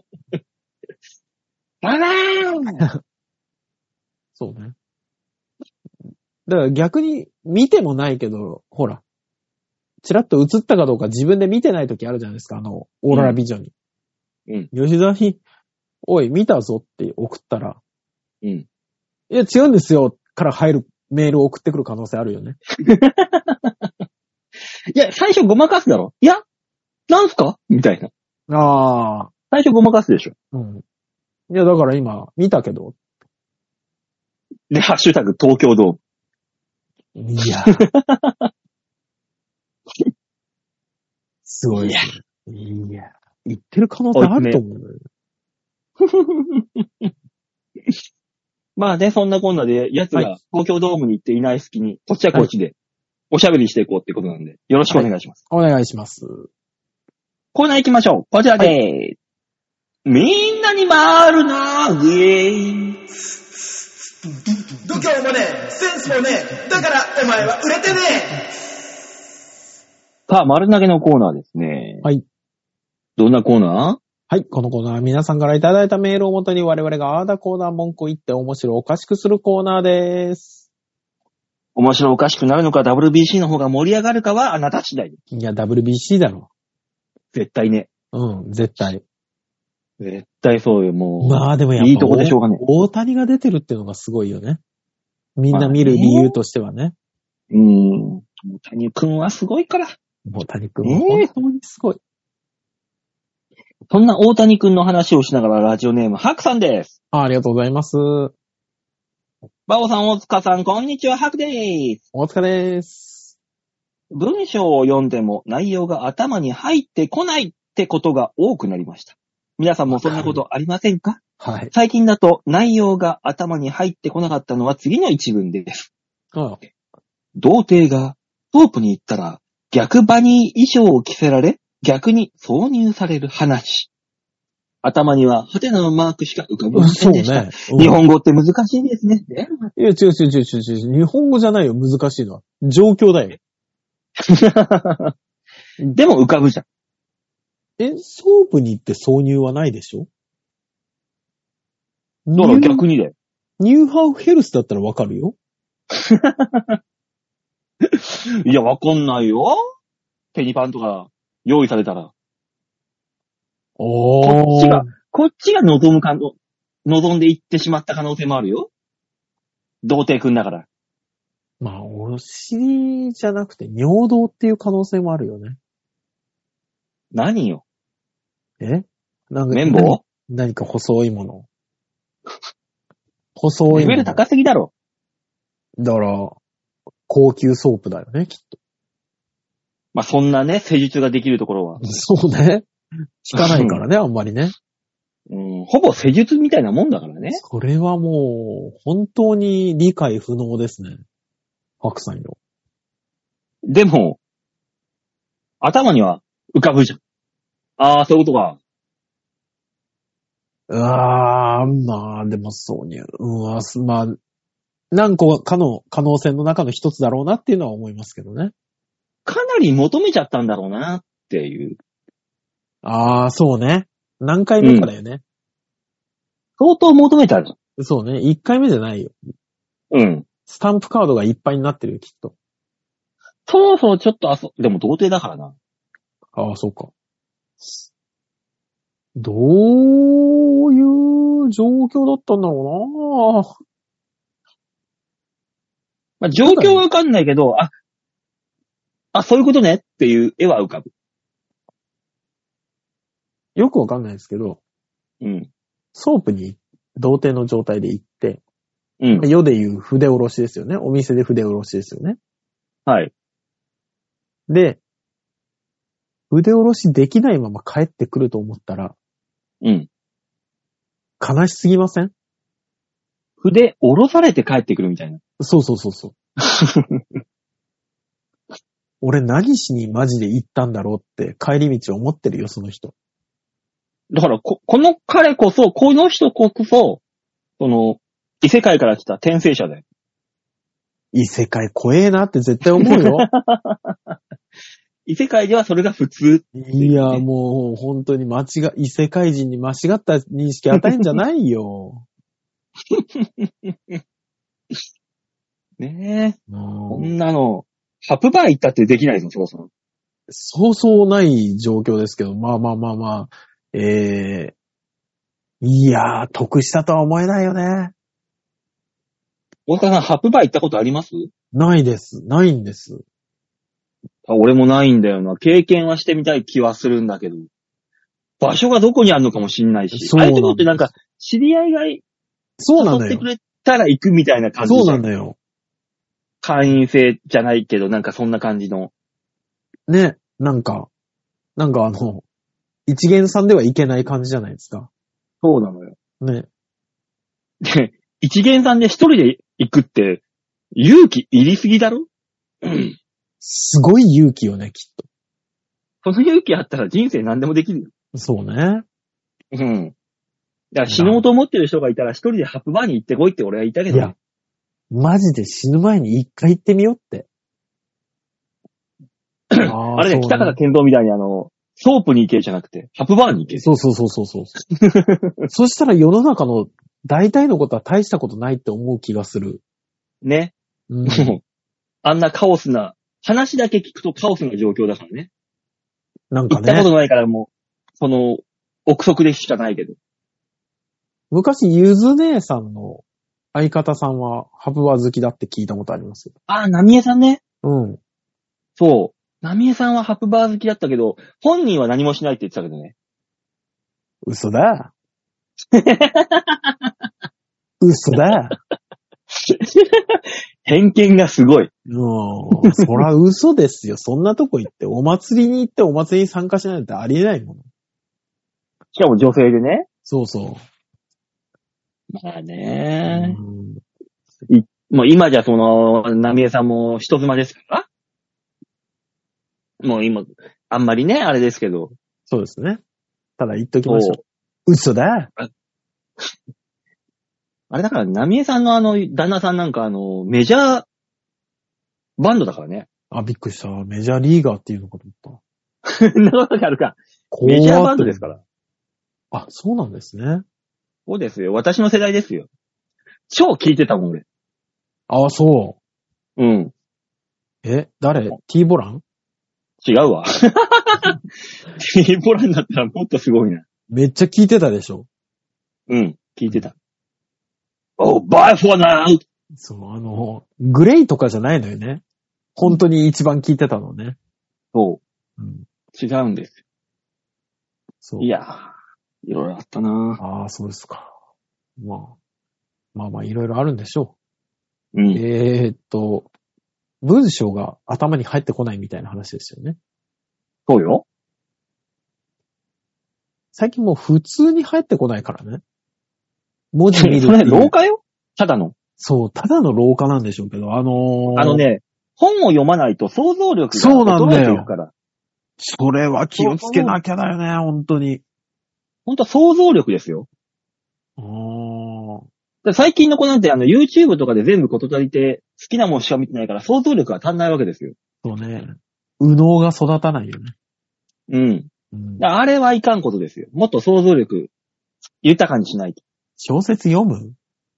そうね。だから逆に見てもないけど、ほら、チラッと映ったかどうか自分で見てない時あるじゃないですか、オーロラビジョンに。吉沢に、おい、見たぞって送ったら、いや、違うんですよ、から入るメールを送ってくる可能性あるよね。 いや、最初ごまかすだろ。いや、なんすかみたいな。最初ごまかすでしょ。 いや、だから今、見たけど。 で、ハッシュタグ東京ドーム。 いや。すごいですね。いや。言ってる可能性あると思う。 まあね、そんなこんなで、奴が東京ドームに行っていない隙に、こっちはこっちで、おしゃべりしていこうってことなんで、よろしくお願いします。 お願いします。 コーナー行きましょう。こちらでーす。みんなに回るなー、 度胸もねえ、センスもねえ、だからお前は売れてねえ。 さあ、丸投げのコーナーですね。 はい。 どんなコーナー？ はい。このコーナーは皆さんからいただいたメールをもとに我々があーだコーナー文句を言って面白おかしくするコーナーです。 面白おかしくなるのか WBC の方が盛り上がるかはあなた次第。 いや、WBC だろ。 絶対ね。 絶対。 絶対そうよ、もう。 まあでもやっぱいいとこでしょうがね。 大谷が出てるっていうのがすごいよね。みんな見る理由としてはね。 大谷くんはすごいから。 大谷くんは本当にすごい。 そんな大谷くんの話をしながらラジオネーム、ハクさんです。 ありがとうございます。 バオさん、大塚さん、こんにちは、ハクでーす。 大塚でーす。 文章を読んでも内容が頭に入ってこないってことが多くなりました。皆さんもそんなことありませんか？ はい。 最近だと内容が頭に入ってこなかったのは次の一文です。童貞がソープに行ったら逆バニー衣装を着せられ逆に挿入される話。頭にはハテナのマークしか浮かびませんでした。そうね。日本語って難しいですね。 いや、違う。日本語じゃないよ、難しいのは。状況だよ。 でも浮かぶじゃん。 ソープに行って挿入はないでしょ？ だから逆にだよ。 ニューハーフヘルスだったらわかるよ。 いや、わかんないよ。ペニパンとか用意されたら。こっちが望む望んで行ってしまった可能性もあるよ。童貞くんだから。 まあ、お尻じゃなくて尿道っていう可能性もあるよね。 何よ。 なんか綿棒？ 何か細いもの。細いもの。 レベル高すぎだろ。 だから、高級ソープだよね、きっと。 まあ、そんなね、施術ができるところは。 そうね。聞かないからね、あんまりね。 ほぼ施術みたいなもんだからね。 それはもう、本当に理解不能ですね。白さんよ。 でも、頭には浮かぶじゃん。ああ、そういうことか。 まあ、でもそうに、まあ、何個かの可能性の中の一つだろうなっていうのは思いますけどね。 かなり求めちゃったんだろうなっていう。 そうね。何回目かだよね。 相当求めたじそうね。1回目じゃないよ。 ゃん。 スタンプカードがいっぱいになってるよ、きっと。 そう、ちょっとでも童貞だからな。 そうか。どういう状況だったんだろうな。 まあ、状況はわかんないけど、そういうことねっていう絵は浮かぶ。 よくわかんないですけど、ソープに童貞の状態で行って、世でいう筆下ろしですよね。お店で筆下ろしですよね。 はい。 で、筆下ろしできないまま帰ってくると思ったら、悲しすぎません？ 筆下ろされて帰ってくるみたいな。 そう。俺何しにマジで行ったんだろうって帰り道思ってるよ、その人。 だから、この彼こそ、この人こそ、異世界から来た転生者だよ。 異世界怖えなって絶対思うよ。 異世界ではそれが普通。 いや、もう本当に異世界人に間違った認識与えんじゃないよ。 ねえ。こんなの、ハプバー行ったってできないぞ、そろそろ。 そうそうない状況ですけど、まあ。いやー、得したとは思えないよね。 大塚さん、ハプバー行ったことあります？ ないんです。 俺もないんだよな。経験はしてみたい気はするんだけど。場所がどこにあるのかもしんないし。ああいうとこってなんか、知り合いが誘ってくれたら行くみたいな感じ。 そうなんだよ。 会員制じゃないけど、なんかそんな感じの。 ね、なんか一元さんでは行けない感じじゃないですか。 そうなのよ。 ね。 で、一元さんで一人で行くって、勇気いりすぎだろ？ すごい勇気よね、きっと。 その勇気あったら人生何でもできるよ。 そうね。 だから死のうと思ってる人がいたら一人でハプバーに行ってこいって俺は言ったけど。 いや、マジで死ぬ前に一回行ってみようって。 あれね、北方健三みたいにソープに行けじゃなくて、ハプバーに行け。 そう。そしたら世の中の大体のことは大したことないって思う気がする。 ね。もう、あんなカオスな、話だけ聞くとカオスな状況だからね。 なんかね。 行ったことないからもう、憶測でしかないけど。 昔、ゆず姉さんの相方さんはハプバー好きだって聞いたことありますよ。 ナミエさんね。そう。ナミエさんはハプバー好きだったけど、本人は何もしないって言ってたけどね。 嘘だ。嘘だ。 偏見がすごい。 そら嘘ですよ。そんなとこ行って、お祭りに行ってお祭りに参加しないなんてありえないもの。 しかも女性でね。 そう。 まあね。もう今じゃナミエさんも人妻ですからもう今、あんまりね、あれですけど。 そうですね。ただ言っときましょう。嘘だ。 あれだから、ナミエさんの旦那さんなんかメジャーバンドだからね。 びっくりした。メジャーリーガーっていうのかと思った。そんなことがあるか。メジャーバンドですから。 そうなんですね。 そうですよ。私の世代ですよ。超聞いてたもん、俺。 そう。誰？ T ボラン？ 違うわ。T ボランだったらもっとすごいな。 めっちゃ聞いてたでしょ。 聞聞いてた。Oh, bye for now! そう、グレイとかじゃないのよね。本当に一番聞いてたのね。 そう。 うん、 違うんです。 そう。 いやー、いろいろあったなぁ。 ああ、そうですか。まあ、いろいろあるんでしょう。うん。 文章が頭に入ってこないみたいな話ですよね。 そうよ。 最近もう普通に入ってこないからね。文字見るっていう。 それ廊下よ？ただの。 そう、ただの廊下なんでしょうけど、 本を読まないと想像力が衰えていくから。 それは気をつけなきゃだよね、本当に。 本当は想像力ですよ。最近の子なんてYouTube とかで全部こと足りて好きなものしか見てないから想像力が足んないわけですよ。 そうね。右脳が育たないよね。 うん。あれはいかんことですよ。もっと想像力豊かにしないと。 小説読む？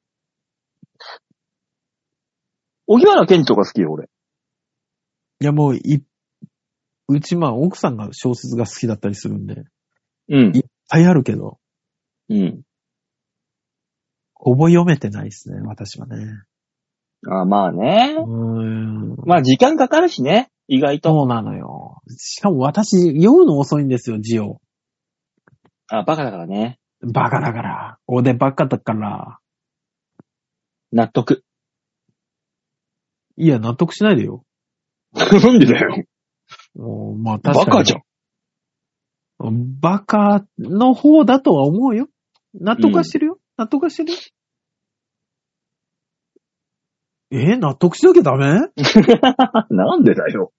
荻原健とか好きよ、俺。 いや、もううち奥さんが小説が好きだったりするんで。 うん。 いっぱいあるけど。 うん。 ほぼ読めてないですね、私はね。 あ、まあね。まあ時間かかるしね、意外と。 そうなのよ。しかも私、読むの遅いんですよ、字を。 あ、バカだからね。 バカだから。俺バカだから。 納得。 いや、納得しないでよ。 なんでだよ。 まあ確かに。 バカじゃん。 バカの方だとは思うよ。納得はしてるよ。納得はしてるよ。納得しなきゃダメ？ なんでだよ。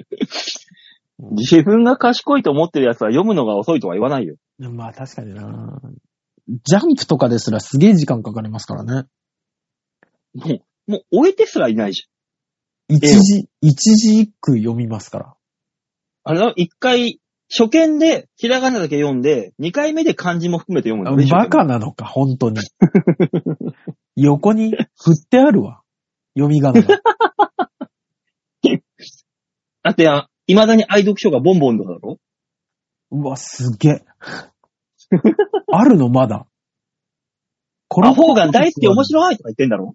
自分が賢いと思ってるやつは読むのが遅いとは言わないよ。 まあ確かにな。ジャンプとかですらすげえ時間かかりますからね。 もう終えてすらいないじゃん。一字一句読みますから。 一回、初見でひらがなだけ読んで、二回目で漢字も含めて読むのね。 バカなのか、本当に。横に振ってあるわ。読み仮名が。 だって、未だに愛読書がボンボンとかだろ？ うわ、すげえ。あるのまだ。 アホーガン大好き面白いとか言ってんだろ？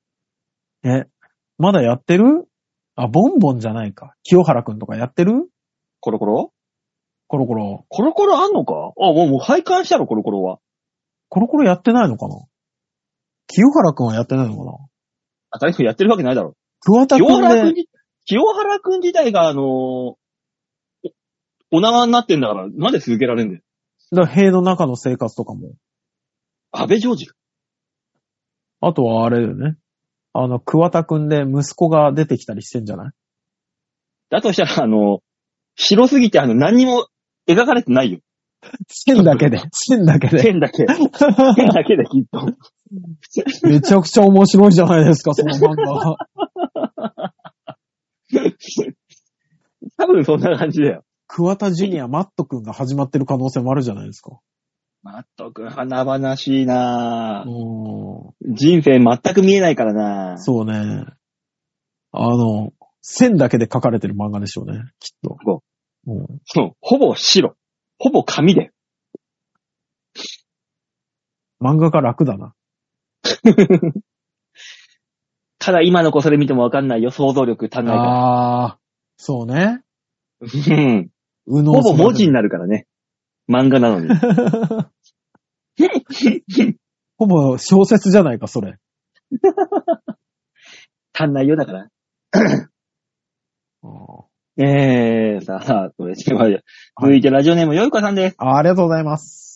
まだやってる？あ、ボンボンじゃないか。清原くんとかやってる？ コロコロ？ コロコロ。 コロコロあんのか？もう廃刊したろ、コロコロは。 コロコロやってないのかな？清原くんはやってないのかな？ 当たり前やってるわけないだろ。 清原くん自体がお縄になってんだから、なんで続けられんだよ。 だから塀の中の生活とかも。 安倍ジョージ。 あとはあれだよね。桑田くんで息子が出てきたりしてんじゃない？ だとしたら、白すぎて何にも描かれてないよ。 線だけで。線だけで線だけできっと。 めちゃくちゃ面白いじゃないですか、その漫画。 多分そんな感じだよ。 桑田ジュニア、マットくんが始まってる可能性もあるじゃないですか。 マットくん、華々しいなぁ。人生全く見えないからなぁ。 そうね。線だけで書かれてる漫画でしょうね、きっと。 そう。ほぼ白。ほぼ紙で。 漫画が楽だな。 ただ今の子それ見てもわかんないよ。想像力足んないから。 ああ、そうね。 ほぼ文字になるからね。漫画なのに。 ほぼ小説じゃないか、それ。 足んないよ、だから。さあ、それでは、続いてラジオネームよいこさんです。 ありがとうございます。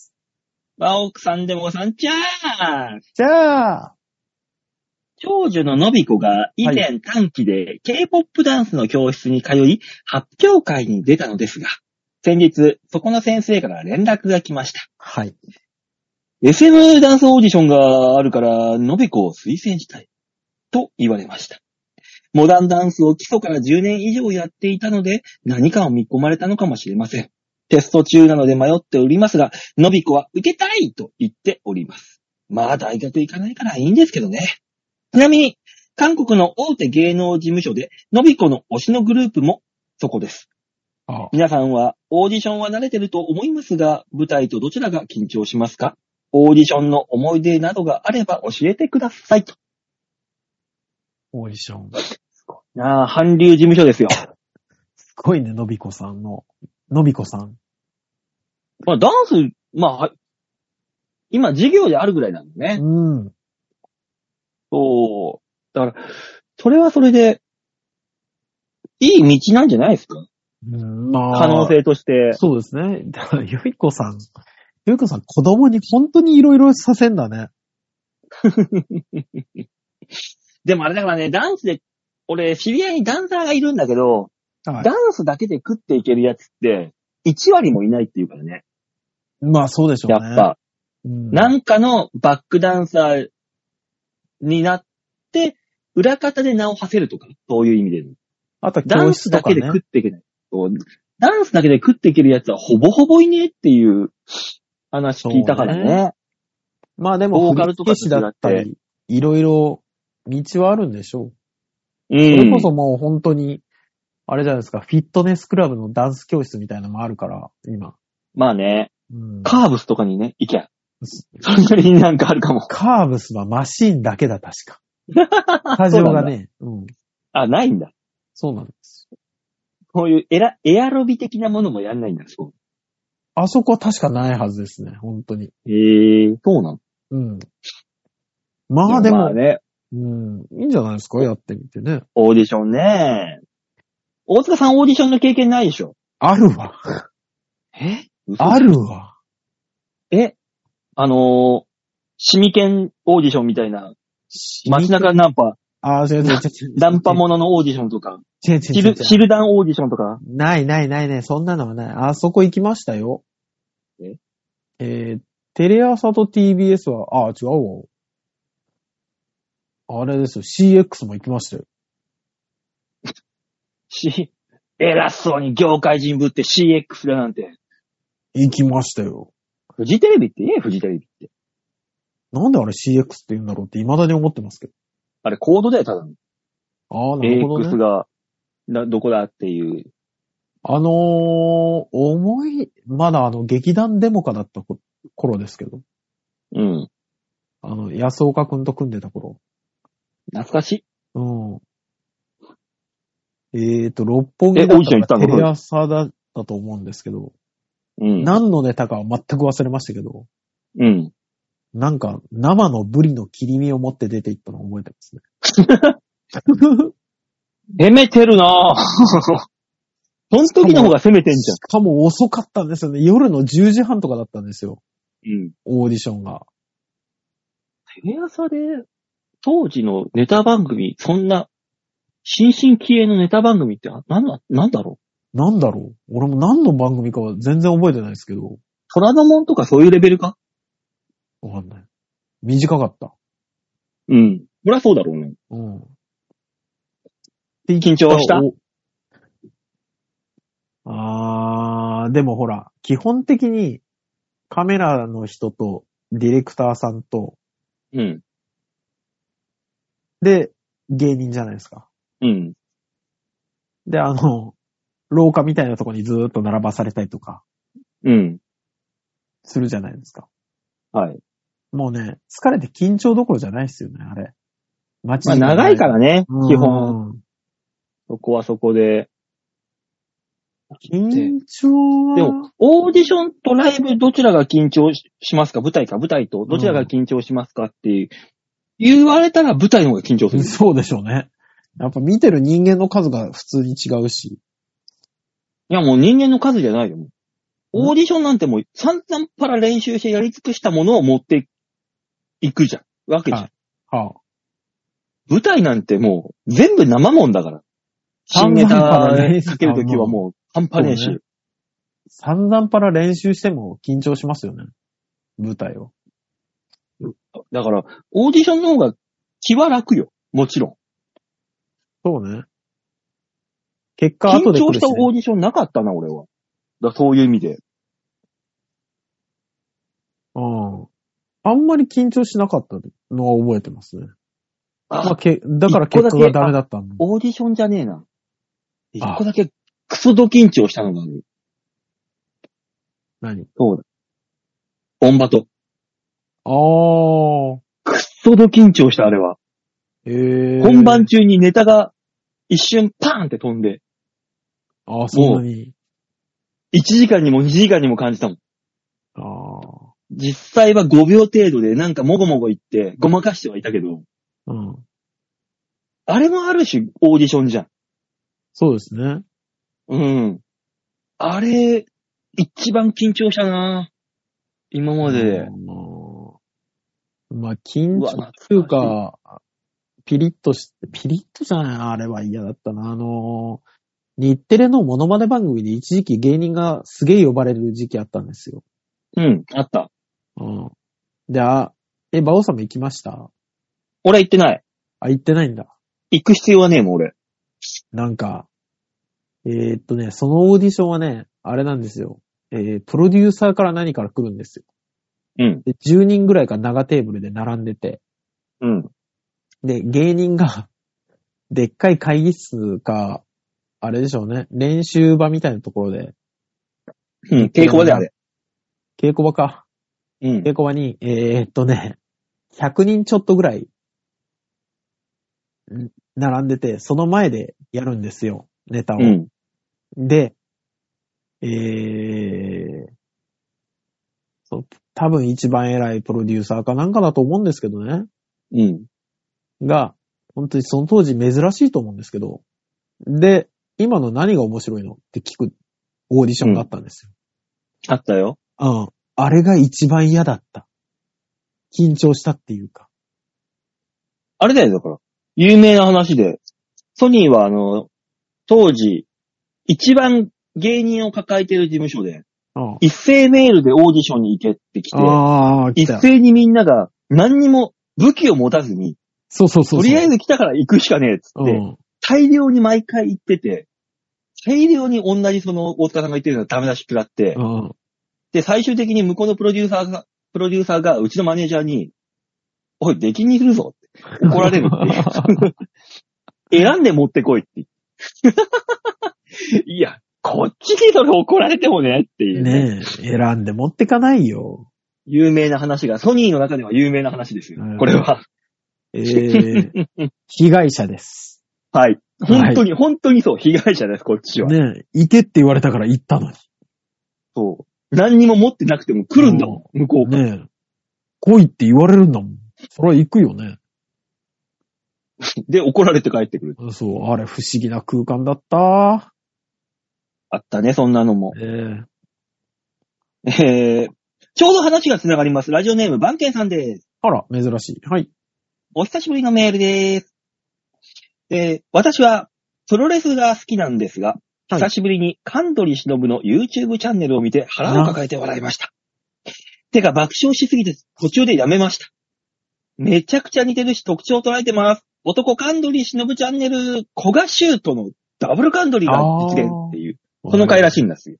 奥さんでもさんちゃー。 じゃあ。 長女ののびこが以前短期で K-POP ダンスの教室に通い、発表会に出たのですが、先日、そこの先生から連絡が来ました。 はい。 SM ダンスオーディションがあるから、のびこを推薦したい。と言われました。モダンダンスを基礎から10年以上やっていたので、何かを見込まれたのかもしれません。テスト中なので迷っておりますが、のびこは受けたいと言っております。まあ大学行かないからいいんですけどね。ちなみに、韓国の大手芸能事務所で、のびこの推しのグループもそこです。皆さんはオーディションは慣れてると思いますが、舞台とどちらが緊張しますか？ オーディションの思い出などがあれば教えてくださいと。 オーディション。 韓流事務所ですよ。 すごいね、のびこさん。 まあ、ダンス、まあ、今授業であるぐらいなんだね。 うん。 そう。だから、それはそれで、いい道なんじゃないですか。 まあ。 可能性として。 そうですね。だから、ゆいこさん、子供に本当にいろいろさせんだね。 でもあれだからね、ダンスで、俺、知り合いにダンサーがいるんだけど、はい、ダンスだけで食っていけるやつって、1割もいないっていうからね。 まあそうでしょうね。 やっぱ、なんかのバックダンサーになって、裏方で名を馳せるとか、そういう意味で。 あと、 ダンスだけで食っていけない。ダンスだけで食っていけるやつはほぼほぼいねえっていう話聞いたからね。 まあでも、ボーカルとかだったり、いろいろ道はあるんでしょう。それこそもう本当に、あれじゃないですか、フィットネスクラブのダンス教室みたいなのもあるから、今。 まあね。カーブスとかにね、行け。そんなになんかあるかも。 カーブスはマシンだけだ、確か。スタジオがね。 ないんだ。 そうなんです。 こういうエアロビ的なものもやんないんだ、そう。 あそこは確かないはずですね、本当に。 そうなの？ うん。まあでも、ね、いいんじゃないですか、やってみてね。 オーディションね。大塚さんオーディションの経験ないでしょ？ あるわ。あるわ。 シミケンオーディションみたいな、街中ナンパ。 違う。 ナンパもののオーディションとか。シルダンオーディションとか。 ない。そんなのはない。あそこ行きましたよ。テレ朝と TBS は、違うわ。あれですよ。CX も行きましたよ。 偉そうに業界人ぶって CX だなんて。 行きましたよ。 フジテレビってフジテレビって。 なんであれ CX って言うんだろうって未だに思ってますけど。 あれコードだよ、ただの。 なるほど、ね。 AX が、どこだっていう。 まだ劇団デモカだった頃ですけど。 うん。 安岡くんと組んでた頃。 懐かしい。 六本木だったかテレ朝だったと思うんですけど。何のネタかは全く忘れましたけど。なんか、生のブリの切り身を持って出ていったのを覚えてますね。 攻めてるなぁ。その時の方が攻めてんじゃん。 しかも遅かったんですよね。夜の10時半とかだったんですよ。オーディションが。 テレ朝で、当時のネタ番組、そんな、新進気鋭のネタ番組ってなんだろう？ 俺も何の番組かは全然覚えてないですけど。 虎ノ門とかそういうレベルか？ わかんない。短かった。 これはそうだろうね。緊張した？ でもほら、基本的にカメラの人とディレクターさんと、で、芸人じゃないですか。で、廊下みたいなとこにずーっと並ばされたりとか、するじゃないですか。 はい。 もうね、疲れて緊張どころじゃないですよね、あれ。 まあ長いからね、基本。そこはそこで。 緊張は。 でも、オーディションとライブどちらが緊張しますか？舞台とどちらが緊張しますかっていう、言われたら舞台の方が緊張する。 そうでしょうね。やっぱ見てる人間の数が普通に違うし。 いやもう人間の数じゃないよ。オーディションなんてもう散々パラ練習してやり尽くしたものを持っていくじゃん。わけじゃん。舞台なんてもう全部生もんだから。新ネタかけるときはもう半端ねえし。 散々パラ練習しても緊張しますよね。舞台を。 だから、オーディションの方が気は楽よ。もちろん。 そうね。結果後で来るし、ね。 緊張したオーディションなかったな、俺は。そういう意味で。 あんまり緊張しなかったのは覚えてますね。だから結果がダメだったんだ。 オーディションじゃねえな。一個だけクソド緊張したのがある。 何？ そうだ。オンバト。 くっそど緊張した、あれは。本番中にネタが一瞬パーンって飛んで。 そうなに。 1時間にも2時間にも感じたもん。実際は5秒程度でなんかもごもご言ってごまかしてはいたけど。あれもある種オーディションじゃん。 そうですね。 あれ、一番緊張したな。今までで。 緊張っていうか、ピリッとじゃない、あれは嫌だったな。日テレのモノマネ番組で一時期芸人がすげえ呼ばれる時期あったんですよ。 あった。 で、馬王さんも行きました？ 俺行ってない。 行ってないんだ。 行く必要はねえもん、俺。 なんか、そのオーディションはね、あれなんですよ。プロデューサーから何から来るんですよ。で、10人ぐらいが長テーブルで並んでて。で、芸人が、でっかい会議室か、あれでしょうね。練習場みたいなところで。 稽古場であれ。 稽古場か。稽古場に、100人ちょっとぐらい、並んでて、その前でやるんですよ。ネタを。で、多分一番偉いプロデューサーかなんかだと思うんですけどね。が、本当にその当時珍しいと思うんですけど。で、今の何が面白いのって聞くオーディションだったんですよ。 あったよ。 あれが一番嫌だった。緊張したっていうか。 あれだよ、だから。有名な話で。ソニーは当時、一番芸人を抱えている事務所で、一斉メールでオーディションに行けって来て、一斉にみんなが何にも武器を持たずに、とりあえず来たから行くしかねえっつって、大量に毎回行ってて、大量に同じ大塚さんが言ってるようなダメ出し食らって、で、最終的に向こうのプロデューサーがうちのマネージャーに、おい、出禁にするぞって怒られるって選んで持ってこいって言って。いや、こっちにそれ怒られてもねっていうね。選んで持ってかないよ。 有名な話が、ソニーの中では有名な話ですよ。これは。 被害者です。 はい。本当にそう、被害者です、こっちは。 ねえ、行けって言われたから行ったのに。 そう。何にも持ってなくても来るんだもん、向こうから。 ねえ。来いって言われるんだもん。それは行くよね。 で、怒られて帰ってくる。 そう、あれ不思議な空間だった。 あったね、そんなのも。ちょうど話がつながります。ラジオネーム、番犬さんです。 あら、珍しい。はい。 お久しぶりのメールです。私は、プロレスが好きなんですが、久しぶりに神取忍の YouTube チャンネルを見て腹を抱えて笑いました。てか爆笑しすぎて途中でやめました。めちゃくちゃ似てるし特徴を捉えてます。男神取忍チャンネル、古賀シュートのダブル神取が実現っていう、その回らしいんですよ。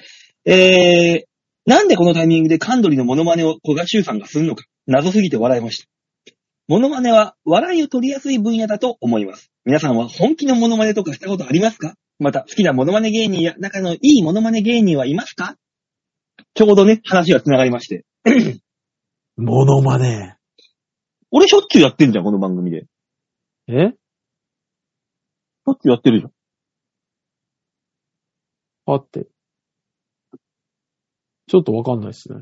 なんでこのタイミングで神取のモノマネを古賀シューさんがするのか、謎すぎて笑いました。モノマネは笑いを取りやすい分野だと思います。皆さんは本気のモノマネとかしたことありますか？また好きなモノマネ芸人や仲のいいモノマネ芸人はいますか？ちょうどね、話が繋がりまして。 モノマネ。 俺しょっちゅうやってんじゃん、この番組で。 しょっちゅうやってるじゃん。 あって。ちょっとわかんないですね。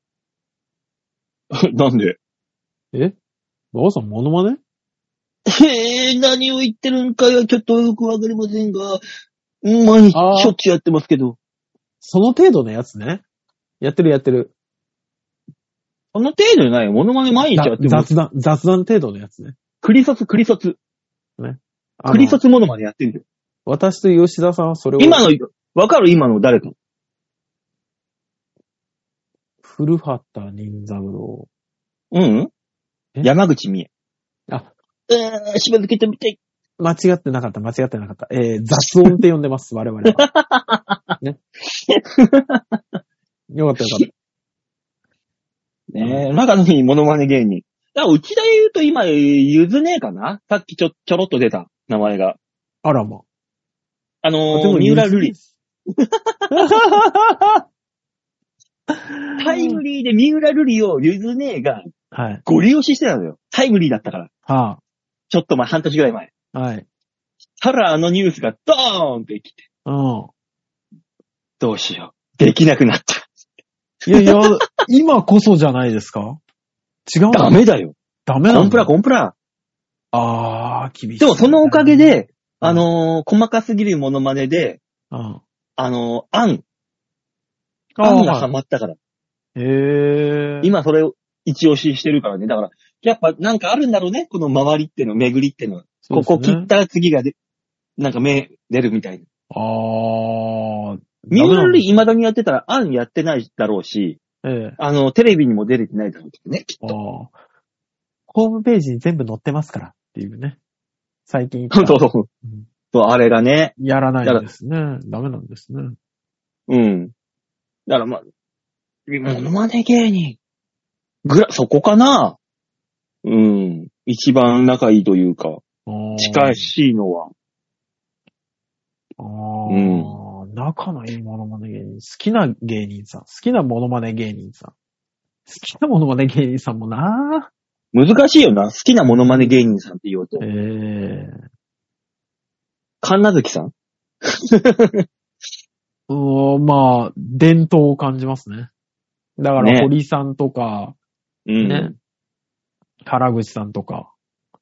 なんで？ 馬場さんモノマネ？ 何を言ってるんかはちょっとよくわかりませんが、毎日しょっちゅうやってますけど。 その程度のやつね。やってる。 その程度じゃないよ。モノマネ毎日やってます。 雑談程度のやつね。 クリソツ。ね。クリソツモノマネやってるんだよ。 私と吉田さんはそれを。 わかる？今の誰か。 古畑任三郎。 山口美恵。しばづけてみたい。 間違ってなかった。雑音って呼んでます、我々は。ね。よかった。 ねえ、中のいいモノマネ芸人。うちで言うと今、ゆずねえかな？さっきちょろっと出た名前が。 あらま。 三浦瑠麗。 タイムリーで三浦瑠麗をゆず姉が、 はい。 ご利用ししてたのよ。タイムリーだったから。 はちょっと半年ぐらい前。 あ。はい。 たらニュースがドーンって来て。 うん。 どうしよう。できなくなった。 いや、今こそじゃないですか？違うの？ ダメだよ。 ダメなの？ コンプラ。 厳しい。 でもそのおかげで、細かすぎるモノマネで、 うん。 アンがハマったから。 へー。 今それを一押ししてるからね。だから、やっぱなんかあるんだろうね。この周りっての、巡りってのは。ここ切ったら次がなんか目出るみたいな。三浦瑠麗未だにやってたら、アンやってないだろうし、テレビにも出れてないだろうけどね、きっと。 ホームページに全部載ってますからっていうね。最近そう。あれがね。 やらないんですね。ダメなんですね。 うん。だからモノマネ芸人。そこかな？うん。一番仲いいというか、近しいのは。仲のいいモノマネ芸人。 好きな芸人さん。好きなモノマネ芸人さん。好きなモノマネ芸人さんもなぁ。難しいよな。好きなモノマネ芸人さんって言おうと。神奈月さん伝統を感じますね。だから、堀さんとか、ね。原口さんとか。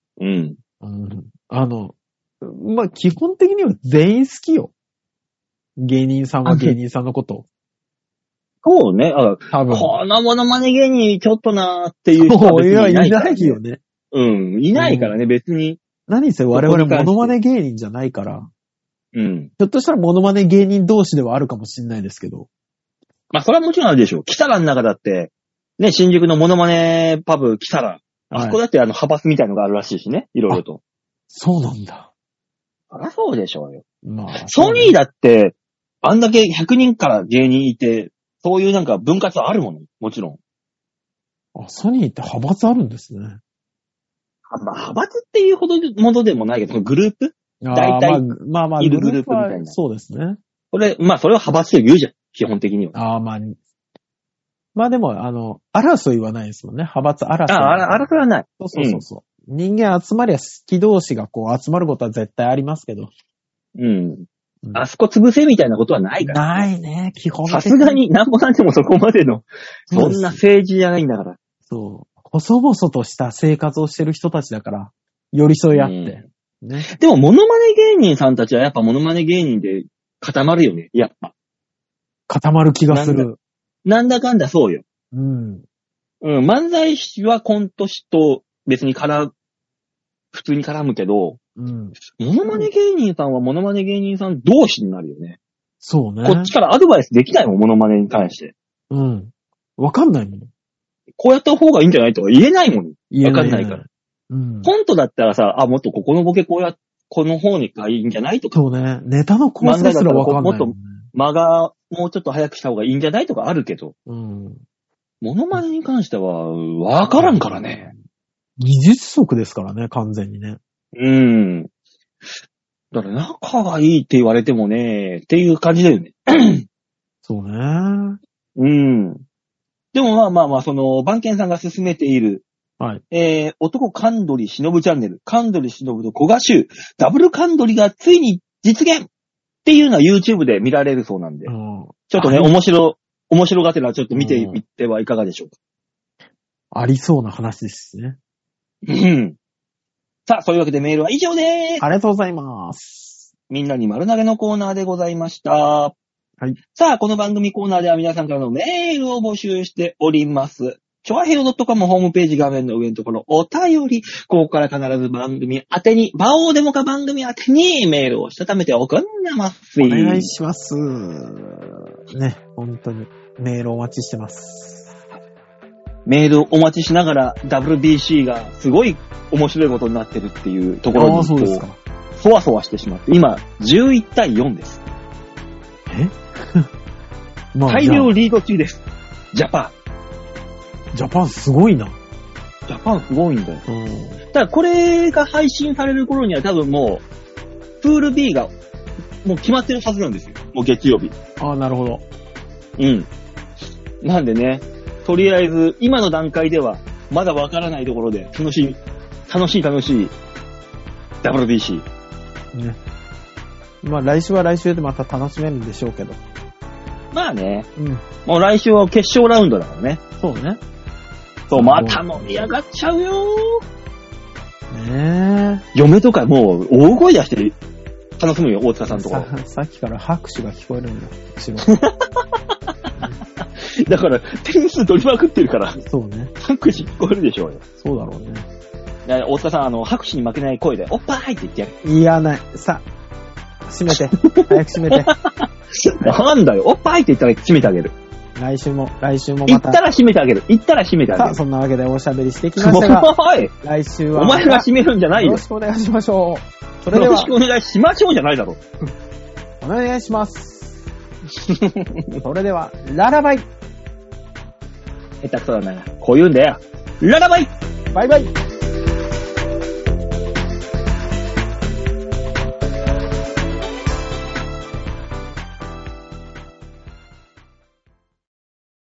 基本的には全員好きよ。芸人さんは芸人さんのこと。 そうね。多分。このモノマネ芸人ちょっとなーっていう人は別にいないから、ね。 いないよね。 いないからね、別に。 何せ我々モノマネ芸人じゃないから。ひょっとしたらモノマネ芸人同士ではあるかもしれないですけど。 それはもちろんあるでしょう。キサラの中だって、ね、新宿のモノマネパブキサラ。あそこだって派閥みたいのがあるらしいしね。いろいろと。 そうなんだ。 そりゃそうでしょうよ。ソニーだって、あんだけ100人から芸人いて、そういうなんか分割あるもの。もちろん。ソニーって派閥あるんですね。 派閥っていうほどものでもないけど、グループ大体、いるグループみたいな。 そうですね。 それを派閥と言うじゃん。基本的には。 でも、争いはないですもんね。派閥争い。 争いはない。 そう。人間集まりゃ好き同士が集まることは絶対ありますけど。 あそこ潰せみたいなことはないから。 ないね、基本的に。 さすがに、なんもなんでもそこまでの、そんな政治じゃないんだから。 そう。細々とした生活をしてる人たちだから、寄り添い合って。 ね。でも、モノマネ芸人さんたちはやっぱモノマネ芸人で固まるよね、やっぱ。 固まる気がする。 なんだかんだそうよ。漫才師はコント師と別に普通に絡むけど、モノマネ芸人さんはモノマネ芸人さん同士になるよね。 そうね。 こっちからアドバイスできないもん、モノマネに関して。 わかんないもん。 こうやった方がいいんじゃないとか言えないもん。わかんないから。コントだったらさ、もっとここのボケこの方にがいいんじゃないとか。 そうね。ネタの構成すらわかんない、 もっと間がもうちょっと早くした方がいいんじゃないとかあるけど。モノマネに関しては、わからんからね。 技術職ですからね、完全にね。 だから仲がいいって言われてもね、っていう感じだよね。 そうね。 でもその、番犬さんが進めている、男カンドリ忍チャンネル、カンドリ忍と小賀衆、ダブルカンドリがついに実現っていうのは YouTube で見られるそうなんで、ちょっとね、面白がてらちょっと見ていってはいかがでしょうか。 ありそうな話ですね。 さあ、そういうわけでメールは以上でーす。 ありがとうございます。 みんなに丸投げのコーナーでございました。さあ、この番組コーナーでは皆さんからのメールを募集しております。ちょわへよ .com ホームページ画面の上のところ、お便り、ここから必ず番組宛てに、バオーデモか番組宛てにメールをしたためておくんなます。 お願いします。ね、本当にメールお待ちしてます。 メールをお待ちしながら WBC がすごい面白いことになってるっていうところにそうですか。 そわそわしてしまって、今11対4です。大量リード中です。ジャパンすごいな。 ジャパンすごいんだよ。ただこれが配信される頃には多分もう、プール B がもう決まってるはずなんですよ。もう月曜日。 なるほど。 なんでね、とりあえず、今の段階では、まだわからないところで、楽しい WBC。 ね。まあ来週は来週でまた楽しめるんでしょうけど。 まあね。うん。もう来週は決勝ラウンドだからね。 そうね。 そう、また盛り上がっちゃうよー。ねえ。 嫁とかもう大声出して楽しむよ、大塚さんとか。 さっきから拍手が聞こえるんだ。 だから、点数取りまくってるから。 そうね。 拍手聞こえるでしょうよ。 そうだろうね。 大塚さん、拍手に負けない声で、おっぱいって言ってやる。 言わない。さ、閉めて。早く閉めて。 なんだよ、おっぱいって言ったら閉めてあげる。 来週もまた。 言ったら閉めてあげる。さあ、 そんなわけでおしゃべりしてきましたが。来週は。 お前が閉めるんじゃないよ。 よろしくお願いしましょう。 それでは。よろしくお願いしましょうじゃないだろ。 お願いします。それでは、ララバイ。 下手くそだな。こう言うんだよ。ララバイ。 バイバイ。